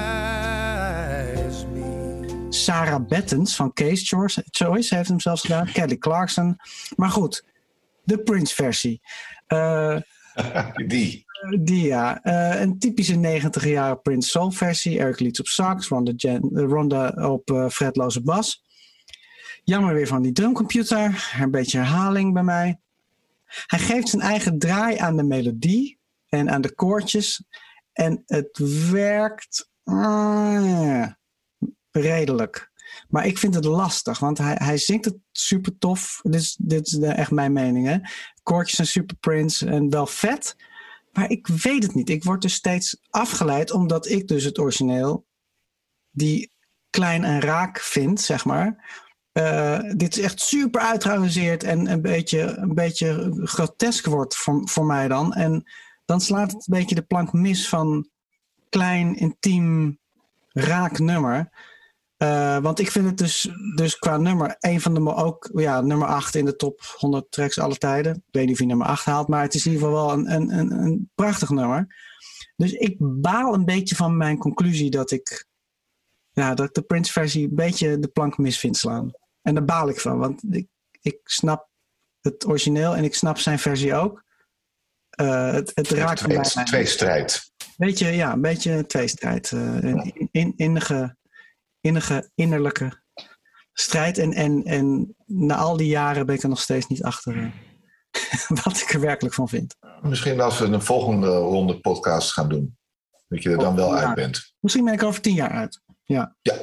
me. Sarah Bettens van Case Choice Choice heeft hem zelfs gedaan. Kelly Clarkson. Maar goed, de Prince-versie. Uh, Die. die ja. Uh, een typische negentig jaren Prince Soul-versie. Eric Leeds op sax, Ronda, Jen, uh, Ronda op uh, fretloze bas. Jammer weer van die drumcomputer. Een beetje herhaling bij mij. Hij geeft zijn eigen draai aan de melodie en aan de koortjes. En het werkt uh, redelijk. Maar ik vind het lastig, want hij, hij zingt het super tof. Dit is, dit is echt mijn mening. Hè? Koortjes zijn super Prince en wel vet. Maar ik weet het niet. Ik word dus steeds afgeleid, omdat ik dus het origineel die klein en raak vind, zeg maar. Uh, dit is echt super uitgeavanceerd en een beetje, een beetje grotesk wordt voor, voor mij dan. En dan slaat het een beetje de plank mis van klein, intiem, raak nummer. Uh, want ik vind het dus, dus qua nummer, een van de ook, ja, nummer acht in de top honderd tracks alle tijden. Ik weet niet of hij nummer acht haalt, maar het is in ieder geval wel een, een, een, een prachtig nummer. Dus ik baal een beetje van mijn conclusie dat ik, ja, dat ik de Prince-versie een beetje de plank mis vind slaan. En daar baal ik van, want ik, ik snap het origineel en ik snap zijn versie ook. Uh, het, het raakt twee, bij mij. twee strijd. Beetje, ja, een beetje tweestrijd. Uh, een in, innige, innige, innerlijke strijd. En, en, en na al die jaren ben ik er nog steeds niet achter uh, wat ik er werkelijk van vind. Misschien als we een volgende ronde podcast gaan doen. Dat je er dan wel Ja. uit bent. Misschien ben ik er over tien jaar uit. Ja. Ja.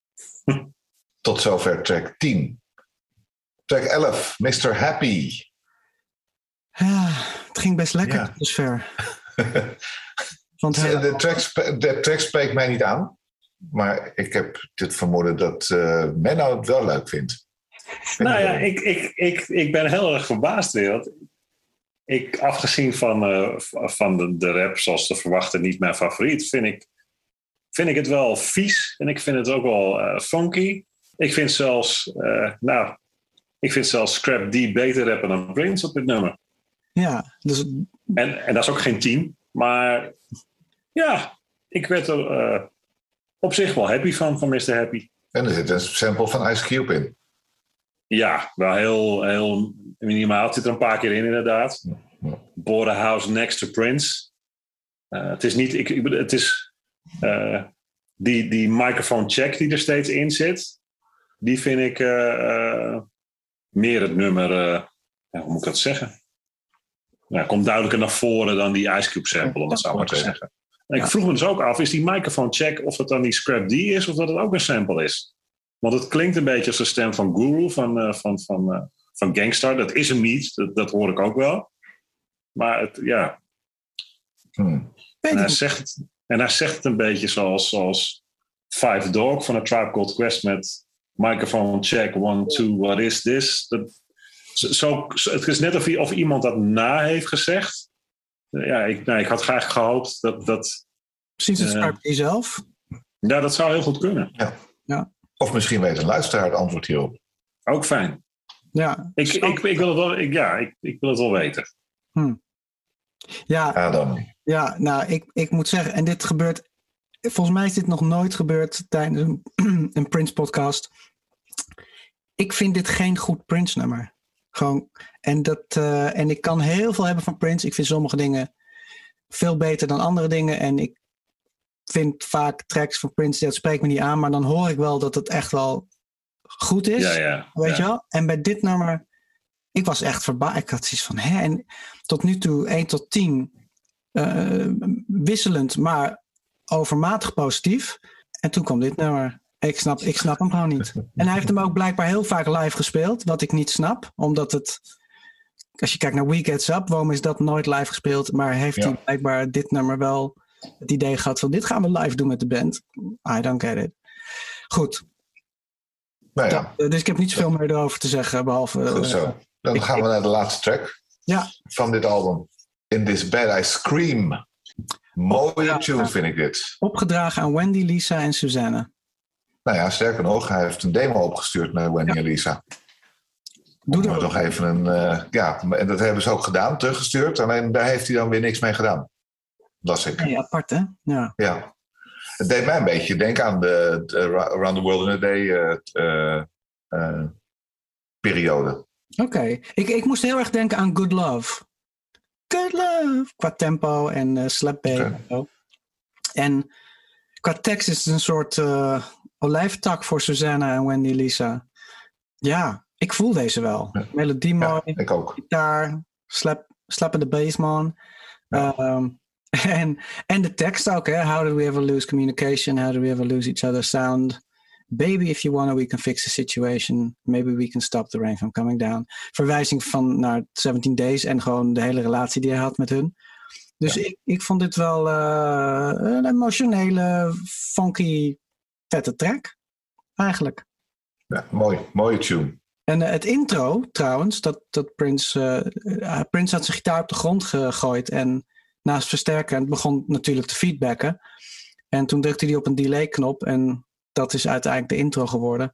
Tot zover track tien. Track elf, mister Happy. Ah, het ging best lekker Ja. tot dusver. Want De, de, track, spe- de track spreekt mij niet aan. Maar ik heb het vermoeden dat uh, Menno het wel leuk vindt. Nou ja, ik, ik, ik, ik ben heel erg verbaasd weer. Want ik, afgezien van, uh, van de, de rap zoals te verwachten niet mijn favoriet, vind ik, vind ik het wel vies. En ik vind het ook wel uh, funky. Ik vind zelfs, uh, nou, ik vind zelfs Scrap D beter rappen dan Prince op dit nummer. Ja, dus En, en dat is ook geen team. Maar ja, ik werd er uh, op zich wel happy van, van mister Happy. En er zit een sample van Ice Cube in. Ja, wel heel, heel minimaal. Het zit er een paar keer in, inderdaad. Ja. Bought a house next to Prince. Uh, het is niet... Ik, ik, bedoel, het is... Uh, die, die microphone check die er steeds in zit... Die vind ik uh, uh, meer het nummer... Uh, ja, hoe moet ik dat zeggen? Ja, komt duidelijker naar voren dan die Ice Cube sample, om het zo maar te zeggen. En ik Ja. vroeg me dus ook af, is die microphone check... of dat dan die Scrap D is, of dat het ook een sample is? Want het klinkt een beetje als de stem van Guru, van, uh, van, van, uh, van Gangstar. Dat is hem niet, dat, dat hoor ik ook wel. Maar het, ja... Hmm. weet En ik hij, niet. zegt het, en hij zegt het een beetje zoals, zoals Five Dog van A Tribe Called Quest met microphone check, one, two, what is this? Dat, zo, zo, het is net of, of iemand dat na heeft gezegd. Ja, ik, nou, ik had graag gehoopt dat... dat Precies het uh, scherp zelf. ja, dat zou heel goed kunnen. Of misschien weet een luisteraar het antwoord hierop. Ook fijn. Ja. Ik, ik, ik, wil, het wel, ik, ja, ik, ik wil het wel weten. Ja, Adam. ja, nou, ik, ik moet zeggen, en dit gebeurt, volgens mij is dit nog nooit gebeurd tijdens een, een Prince-podcast. Ik vind dit geen goed Prince-nummer. Gewoon, en, dat, uh, en ik kan heel veel hebben van Prince. Ik vind sommige dingen veel beter dan andere dingen. En ik vind vaak tracks van Prince, dat spreekt me niet aan, maar dan hoor ik wel dat het echt wel goed is. Ja, ja, Weet ja. je wel? En bij dit nummer, ik was echt verbaasd. Ik had zoiets van, hè? En tot nu toe één tot tien uh, wisselend, maar overmatig positief. En toen kwam dit nummer. Ik snap, ik snap hem gewoon niet. En hij heeft hem ook blijkbaar heel vaak live gespeeld, wat ik niet snap. Omdat het, als je kijkt naar We Get Up, waarom is dat nooit live gespeeld? Maar heeft Ja. hij blijkbaar dit nummer wel het idee gehad van, dit gaan we live doen met de band. I don't get it. Goed. Nou ja, Dat, dus ik heb niet zoveel meer erover te zeggen, behalve... goed eh, zo. Dan ik- gaan we naar de laatste track Ja, van dit album. In This Bed I Scream. Mooie Ja. tune vind ik dit. opgedragen aan Wendy, Lisa en Suzanne. Nou ja, sterker nog, hij heeft een demo opgestuurd naar Wendy en Lisa. Doe Om er er nog even een... eh, ja, en dat hebben ze ook gedaan, teruggestuurd. Alleen daar heeft hij dan weer niks mee gedaan. Las ik. Nee, apart, hè? Ja. Ja. Het deed mij een beetje denken aan de, de Around the World in a Day eh, eh, eh, periode. Oké. Ik, ik moest heel erg denken aan Good Love. Good Love! Qua tempo en uh, slapbass. Oké. en zo. En qua tekst is het een soort uh, olijftak voor Susanna en Wendy Lisa. Ja, ik voel deze wel. Ja. Melodie mooi, Ja, ik ook. gitaar, slap, slappende bassman. Um, en, en de tekst ook, hè. How did we ever lose communication? How did we ever lose each other's sound? Baby, if you wanna, we can fix the situation. Maybe we can stop the rain from coming down. Verwijzing van naar zeventien Days en gewoon de hele relatie die hij had met hun. Dus Ja. ik, ik vond dit wel uh, een emotionele, funky, vette track. Eigenlijk. Ja, mooi, mooie tune. En uh, het intro trouwens, dat, dat Prince, uh, uh, Prince had zijn gitaar op de grond gegooid en naast versterker en het begon natuurlijk te feedbacken. En toen drukte hij op een delay knop en dat is uiteindelijk de intro geworden.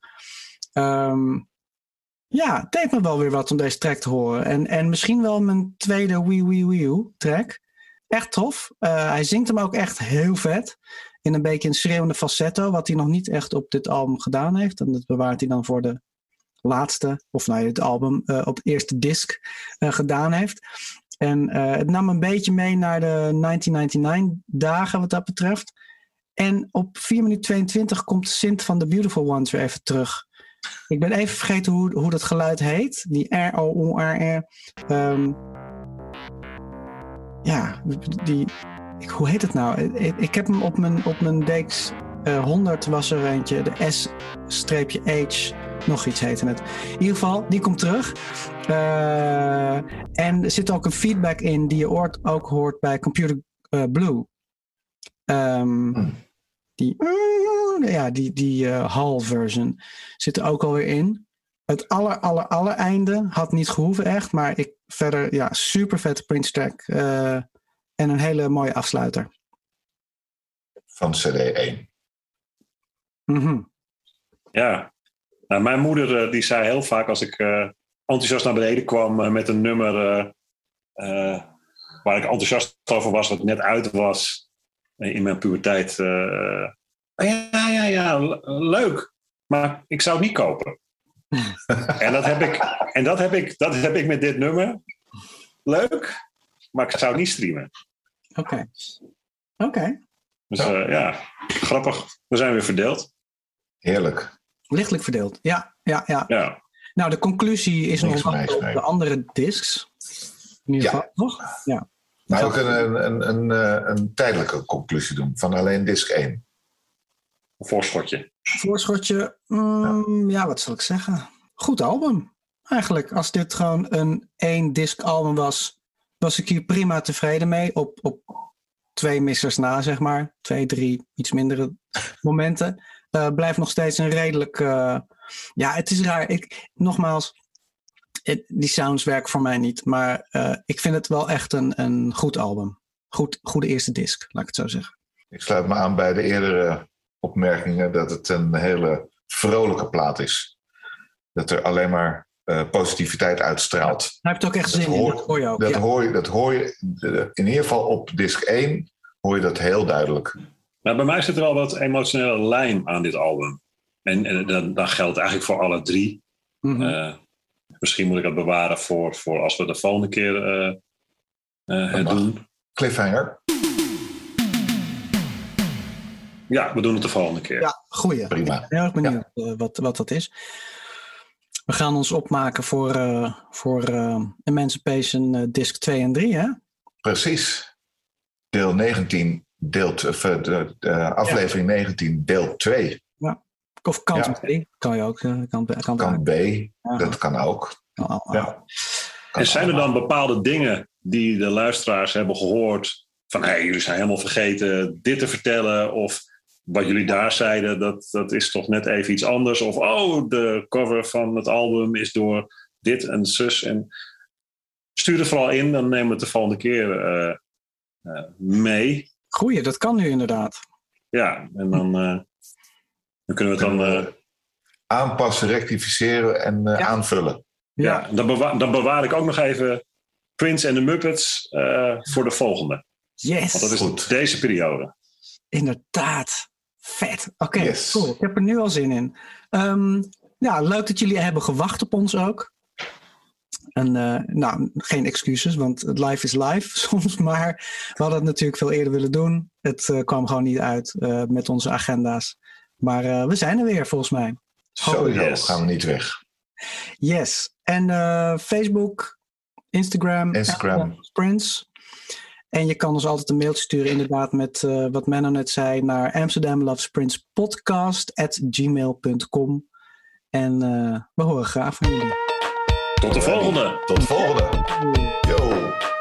Um, ja, het deed me wel weer wat om deze track te horen. En, en misschien wel mijn tweede Wee Wee Wee track. Echt tof. Uh, hij zingt hem ook echt heel vet. In een beetje een schreeuwende falsetto, wat hij nog niet echt op dit album gedaan heeft. En dat bewaart hij dan voor de laatste, of nou het album, uh, op de eerste disc uh, gedaan heeft. En uh, het nam een beetje mee naar de negentien negenennegentig dagen wat dat betreft. En op vier minuten tweeëntwintig komt de synth van The Beautiful Ones weer even terug. Ik ben even vergeten hoe, hoe dat geluid heet. Die R O O R R. Um, ja, die... Ik, hoe heet het nou? Ik, ik heb hem op mijn, op mijn D X uh, honderd was er eentje. De S-H. Nog iets heette het. In ieder geval, die komt terug. Uh, en er zit ook een feedback in die je oort, ook hoort bij Computer uh, Blue. Um, hmm. Die, uh, ja, die, die uh, H A L version zit er ook alweer in. Het aller, aller, aller einde had niet gehoeven echt. Maar ik verder, ja, super vette Prince track. Uh, en een hele mooie afsluiter. Van C D één. Mm-hmm. Ja. Nou, mijn moeder uh, die zei heel vaak als ik uh, enthousiast naar beneden kwam uh, met een nummer uh, uh, waar ik enthousiast over was, wat net uit was uh, in mijn puberteit. Uh, ja, ja, ja, leuk. Maar ik zou het niet kopen. en dat heb ik, en dat heb ik, dat heb ik met dit nummer. Leuk, maar ik zou het niet streamen. Oké. Okay. Oké. Okay. Dus uh, ja, grappig. We zijn weer verdeeld. Heerlijk. Lichtelijk verdeeld, ja, ja, ja. ja. Nou, de conclusie is Niks nog wat op de andere discs. In ieder geval, ja. toch? Ja. Maar we kunnen een, een, een, een, een tijdelijke conclusie doen van alleen disc één. Een voorschotje. Voorschotje, mm, ja. ja, wat zal ik zeggen? Goed album. Eigenlijk, als dit gewoon een één disc album was, was ik hier prima tevreden mee. Op, op twee missers na, zeg maar. Twee, drie, iets mindere momenten. Uh, blijft nog steeds een redelijk... Uh, ja, het is raar. Ik, nogmaals, het, die sounds werken voor mij niet. Maar uh, ik vind het wel echt een, een goed album. Goed, goede eerste disc, laat ik het zo zeggen. Ik sluit me aan bij de eerdere opmerkingen dat het een hele vrolijke plaat is. Dat er alleen maar uh, positiviteit uitstraalt. Hij heeft ook echt zin in, dat hoor je ook. Dat, ja. hoor je, dat hoor je in ieder geval op disc één hoor je dat heel duidelijk. Nou, bij mij zit er wel wat emotionele lijm aan dit album. En, en dat, dat geldt eigenlijk voor alle drie. Mm-hmm. Uh, misschien moet ik dat bewaren voor, voor als we de volgende keer uh, uh, het doen. Cliffhanger. Ja, we doen het de volgende keer. Ja, goeie. Prima. Ik ben heel erg benieuwd ja. uh, wat, wat dat is. We gaan ons opmaken voor, uh, voor uh, Emancipation uh, disc twee en drie, hè? Precies. Deel negentien. Deel t- of, uh, de, uh, aflevering ja. negentien, deel twee. Ja. Of kant ja. B, kan je ook. Uh, kant, kant, kant B, ja. Dat kan ook. Oh, oh. Ja. En zijn er dan bepaalde dingen die de luisteraars hebben gehoord? Van, hé, hey, jullie zijn helemaal vergeten dit te vertellen. Of wat jullie daar zeiden, dat, dat is toch net even iets anders. Of oh, de cover van het album is door dit en zus. En stuur het vooral in, dan nemen we het de volgende keer uh, uh, mee. Goeie, dat kan nu inderdaad. Ja, en dan, uh, dan kunnen we het dan... Uh, aanpassen, rectificeren en uh, Ja. aanvullen. ja, ja dan, bewaar, dan bewaar ik ook nog even Prince en de Muppets uh, voor de volgende. Yes, Want dat is Goed. deze periode. inderdaad. Vet. Oké, Yes. cool. Ik heb er nu al zin in. Um, ja, leuk dat jullie hebben gewacht op ons ook. En uh, nou, geen excuses, want live is live soms. Maar we hadden het natuurlijk veel eerder willen doen. Het uh, kwam gewoon niet uit uh, met onze agenda's. Maar uh, we zijn er weer volgens mij. Sowieso yes. gaan we niet weg. Yes. En uh, Facebook, Instagram, Instagram. Prince. En je kan ons altijd een mailtje sturen, inderdaad, met uh, wat Menno net zei, naar Amsterdam Loves Prince podcast at gmail dot com. En uh, we horen graag van jullie. Tot de volgende! Tot de volgende. Yo.